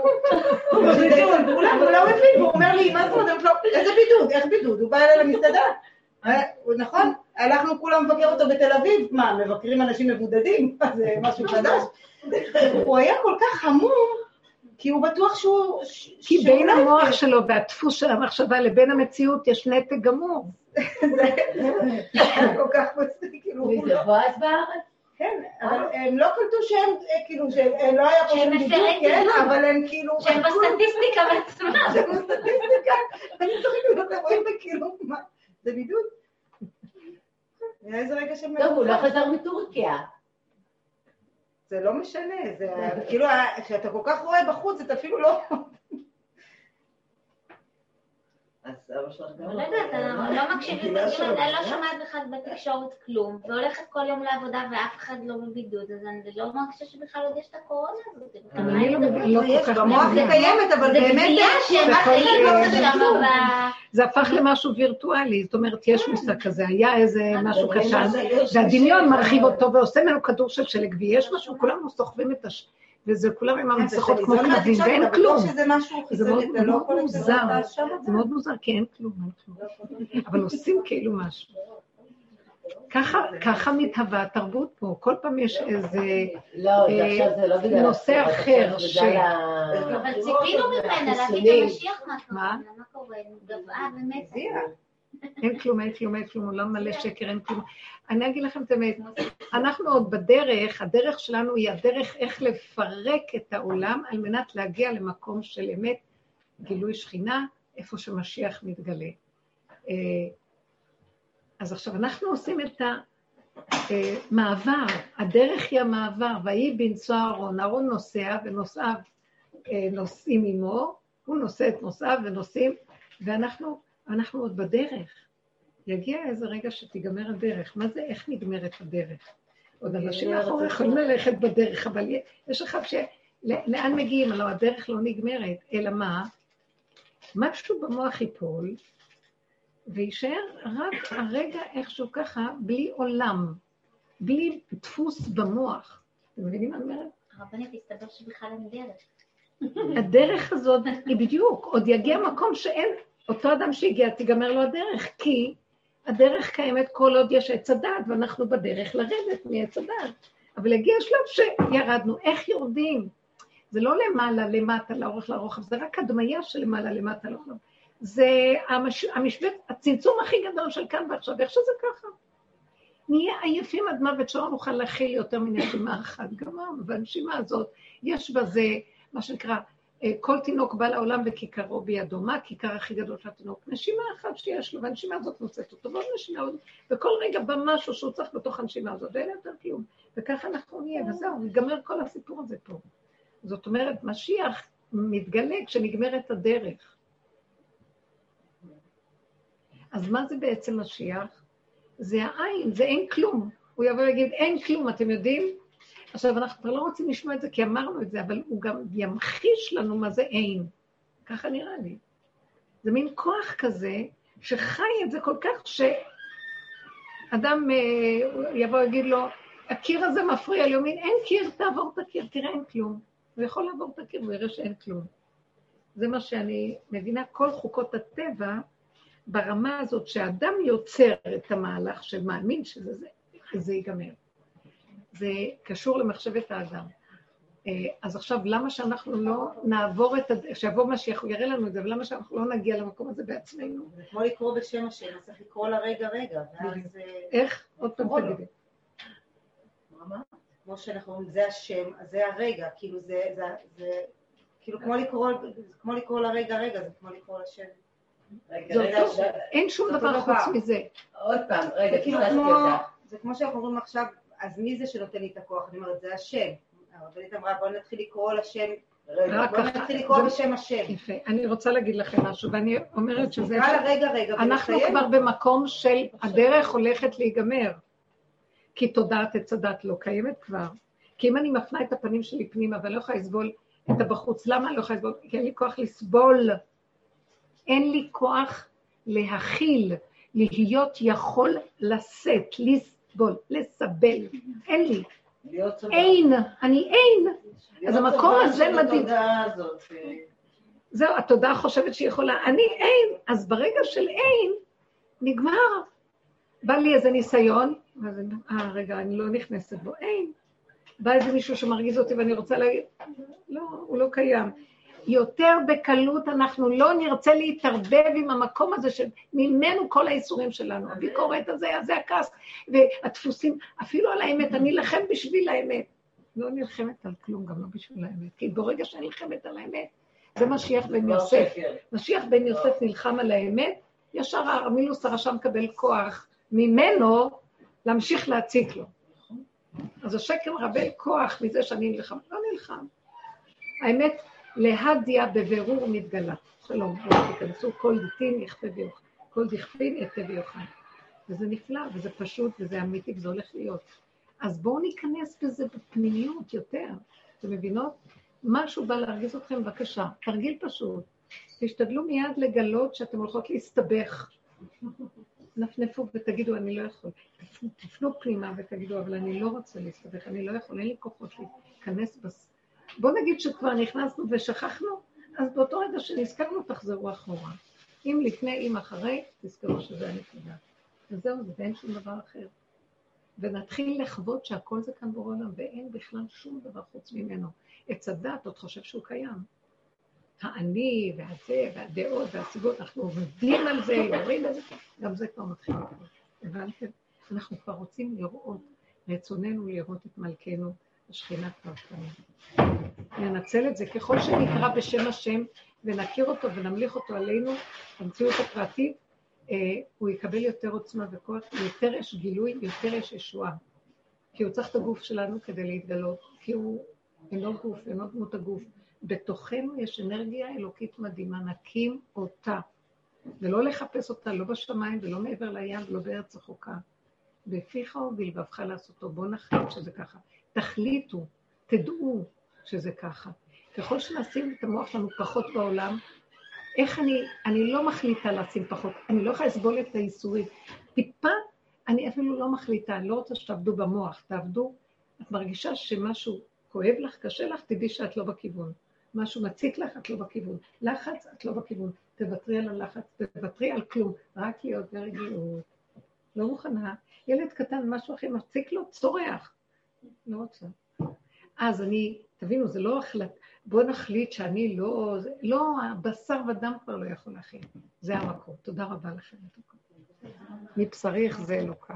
לא מבין, והוא אומר לי, מה זאת אומרת? איזה בידוד? איך בידוד? הוא בא אליי למסעדה. נכון? הלכנו כולם לבקר אותו בתל אביב, מה, מבקרים אנשים מבודדים? זה משהו חדש. הוא היה כל כך חמור, כי הוא בטוח שהוא... כי בין המוח שלו והדפוס של המחשבה לבין המציאות יש נתק גמור. זה כל כך מצחיק, כאילו... וזה בועז בארץ? כן, אבל הם לא קלטו שהם, כאילו, שהם לא היה פה שהם בדיוק, כן, אבל הם כאילו... שהם בסטטיסטיקה בעצמם. שהם בסטטיסטיקה, אני צוחקת, אתם רואים את כאילו, מה? זה בידוד? היה איזה רגע שהם... טוב, הוא לא חזר מטורקיה. זה לא משנה, זה כאילו, כשאתה כל כך רואה בחוץ, זה אפילו לא... אז אבא שלך גם... רגע, אתה לא מקשיב, אם אני לא שומעת בכלל בתקשורת כלום, והולכת כל יום לעבודה ואף אחד לא בבידוד, אז אני לא מרגישה שבכלל עוד יש את הקורונה הזאת. אני לא כל כך... במוח זה קיימת, אבל באמת... זה גבייה שהם הכי לא שם ב... זה הפך למשהו וירטואלי, זאת אומרת, יש מושג כזה, היה איזה משהו קטן, והדמיון מרחיב אותו ועושה ממנו כדור של שלג, ויש משהו, כולנו סוחבים את הש... וזה כולם עם המסכות כמו כלבים, ואין כלום. זה מאוד מוזר, זה מאוד מוזר, כי אין כלום, אבל עושים כאילו משהו. ככה מתהווה התרבות פה, כל פעם יש איזה נושא אחר ש... אבל ציפינו ממנה להביא את המשיח מה קורה, גבעה ומתה. אין כלום, אין כלום, אין כלום, עולם מלא שקר, אין כלום. אני אגיד לכם את האמת, אנחנו עוד בדרך, הדרך שלנו היא הדרך איך לפרק את העולם, על מנת להגיע למקום של אמת, גילוי שכינה, איפה שמשיח מתגלה. אז עכשיו אנחנו עושים את המעבר, הדרך היא המעבר, והיא בנשוא אהרון, אהרון נוסע ונוסעיו נוסעים עמו, הוא נוסע את נוסעיו ונוסעים, ואנחנו אנחנו עוד בדרך. יגיע איזה רגע שתיגמר הדרך. מה זה, איך נגמרת הדרך? עוד אנשים מאחורי יכולים ללכת בדרך, אבל יש אחד ש... לאן מגיעים? לא, הדרך לא נגמרת, אלא מה? משהו במוח ייפול, וישאר רק הרגע איכשהו ככה, בלי עולם, בלי דפוס במוח. אתם מבינים מה אני אומרת? הרבנית, תסתבר שבכלל אין דרך. הדרך הזאת היא בדיוק, עוד יגיע מקום שאין, אותו אדם שהגיע תיגמר לו הדרך, כי הדרך קיימת כל עוד יש עץ הדעת, ואנחנו בדרך לרדת מעץ הדעת. אבל הגיע שלב שירדנו, איך יורדים? זה לא למעלה, למטה, לאורך, לרוחב, זה רק הדמיה של למעלה, למטה, לאורך. זה המש... המשבט, הצמצום הכי גדול של כאן ועכשיו, איך שזה ככה? נהיה עייפים עד מוות שלא נוכל להכיל יותר מנשימה אחת, גמרנו, והנשימה הזאת, יש בזה, מה שנקרא, כל תינוק בא לעולם וכיכרו בידו, מה הכיכר הכי גדול של התינוק? נשימה אחת שיש לו, והנשימה הזאת נוצאת אותו, ועוד נשימה עוד, וכל רגע בא משהו שהוא צריך בתוך הנשימה הזאת, ואין יותר כלום, וככה אנחנו נהיה, וזהו, נגמר כל הסיפור הזה פה. זאת אומרת, משיח מתגלה כשנגמרת הדרך. אז מה זה בעצם משיח? זה העין, זה אין כלום. הוא יבוא ויגיד, אין כלום, אתם יודעים? עכשיו, אנחנו כבר לא רוצים לשמוע את זה, כי אמרנו את זה, אבל הוא גם ימחיש לנו מה זה אין. ככה נראה לי. זה מין כוח כזה, שחי את זה כל כך, שאדם יבוא ויגיד לו, הקיר הזה מפריע לי, הוא מין, אין קיר, תעבור את הקיר, תראה, אין כלום. הוא יכול לעבור את הקיר, הוא יראה שאין כלום. זה מה שאני מבינה, כל חוקות הטבע, ברמה הזאת שהאדם יוצר את המהלך של מאמין שזה זה, זה ייגמר. זה קשור למחשבת האדם. אז עכשיו, למה שאנחנו לא נעבור את, שיבוא משיח, הוא יראה לנו את זה, ולמה שאנחנו לא נגיע למקום הזה בעצמנו? זה כמו לקרוא בשם השם, צריך לקרוא לרגע רגע. איך? עוד פעם תגידי. כמו שאנחנו אומרים, זה השם, זה הרגע, כאילו זה, כאילו כמו לקרוא, כמו לקרוא לרגע רגע, זה כמו לקרוא לשם. רגע, רגע, אין שום דבר חוץ מזה. עוד פעם, רגע, זה כאילו כמו, זה כמו שאנחנו אומרים עכשיו, אז מי זה שנותן לי את הכוח? אני אומרת, זה השם. הרבנית אמרה, בואו נתחיל לקרוא לשם, בואו נתחיל לקרוא בשם השם. יפה, אני רוצה להגיד לכם משהו, ואני אומרת שזה... רגע, רגע, אנחנו כבר במקום של הדרך הולכת להיגמר, כי תודעת עץ הדת לא קיימת כבר. כי אם אני מפנה את הפנים שלי פנימה, ואני לא יכולה לסבול את הבחוץ, למה אני לא יכולה לסבול? כי אין לי כוח לסבול. אין לי כוח להכיל, להיות יכול לשאת, לסבול, לסבל. אין לי. אין, אני אין. אז המקום הזה מדהים. זהו, התודעה חושבת שהיא יכולה. אני אין. אז ברגע של אין, נגמר. בא לי איזה ניסיון, אה, רגע, אני לא נכנסת בו. אין. בא איזה מישהו שמרגיז אותי ואני רוצה להגיד, לא, הוא לא קיים. יותר בקלות אנחנו לא נרצה להתערבב עם המקום הזה שממנו כל האיסורים שלנו, הביקורת הזה, זה הכעס, והדפוסים, אפילו על האמת, אני אלחם בשביל האמת. לא נלחמת על כלום, גם לא בשביל האמת, כי ברגע שאני נלחמת על האמת, זה משיח בן יוסף. משיח בן יוסף נלחם על האמת, ישר הרמילוס הרשע מקבל כוח ממנו להמשיך להציק לו. אז השקר רבל כוח מזה שאני נלחם. לא נלחם. האמת, להדיה בבירור מתגלה. שלום, תכנסו, כל דתין יכפה ויוחד. כל דכפין יכפה ויוחד. וזה נפלא, וזה פשוט, וזה אמיתי, וזה הולך להיות. אז בואו ניכנס בזה בפנימיות יותר. אתם מבינות? משהו בא להרגיז אתכם, בבקשה. תרגיל פשוט. תשתדלו מיד לגלות שאתם הולכות להסתבך. נפנפו ותגידו, אני לא יכול. תפנו פנימה ותגידו, אבל אני לא רוצה להסתבך, אני לא יכול, אין לי כוחות להיכנס בס... בוא נגיד שכבר נכנסנו ושכחנו, אז באותו רגע שנזכרנו תחזרו אחורה. אם לפני, אם אחרי, תזכרו שזה הנקודה. וזהו, זה אין שום דבר אחר. ונתחיל לחוות שהכל זה כאן בעולם, ואין בכלל שום דבר חוץ ממנו. עץ הדת, עוד חושב שהוא קיים. האני והזה והדעות והסיבות, אנחנו עובדים על זה, יורים על זה, גם זה כבר מתחיל לקרות. הבנתם? אנחנו כבר רוצים לראות, רצוננו לראות את מלכנו, השכינה כבר כאן. ננצל את זה ככל שנקרא בשם השם, ונכיר אותו ונמליך אותו עלינו, במציאות הפרטית, אה, הוא יקבל יותר עוצמה וכוח, יותר יש גילוי, יותר יש ישועה. כי הוא צריך את הגוף שלנו כדי להתגלות, כי הוא אינו גוף, אינו דמות הגוף. בתוכנו יש אנרגיה אלוקית מדהימה, נקים אותה, ולא לחפש אותה, לא בשמיים ולא מעבר לים ולא בארץ רחוקה. בפיך ובלבבך לעשותו, בוא נחליט שזה ככה. תחליטו, תדעו שזה ככה. ככל שנשים את המוח שלנו פחות בעולם, איך אני, אני לא מחליטה לשים פחות, אני לא יכולה לסבול את האיסורים. טיפה, אני אפילו לא מחליטה, אני לא רוצה שתעבדו במוח, תעבדו, את מרגישה שמשהו כואב לך, קשה לך, תדעי שאת לא בכיוון. משהו מציק לך, את לא בכיוון. לחץ, את לא בכיוון. תוותרי על הלחץ, תוותרי על כלום. רק להיות ברגיעות. לא מוכנה. ילד קטן, משהו הכי מציק לו, צורח. לא רוצה. אז אני, תבינו, זה לא החלט. בוא נחליט שאני לא, לא, הבשר ודם כבר לא יכול להכין. זה המקום. תודה רבה לכם. מבשריך זה אלוקה.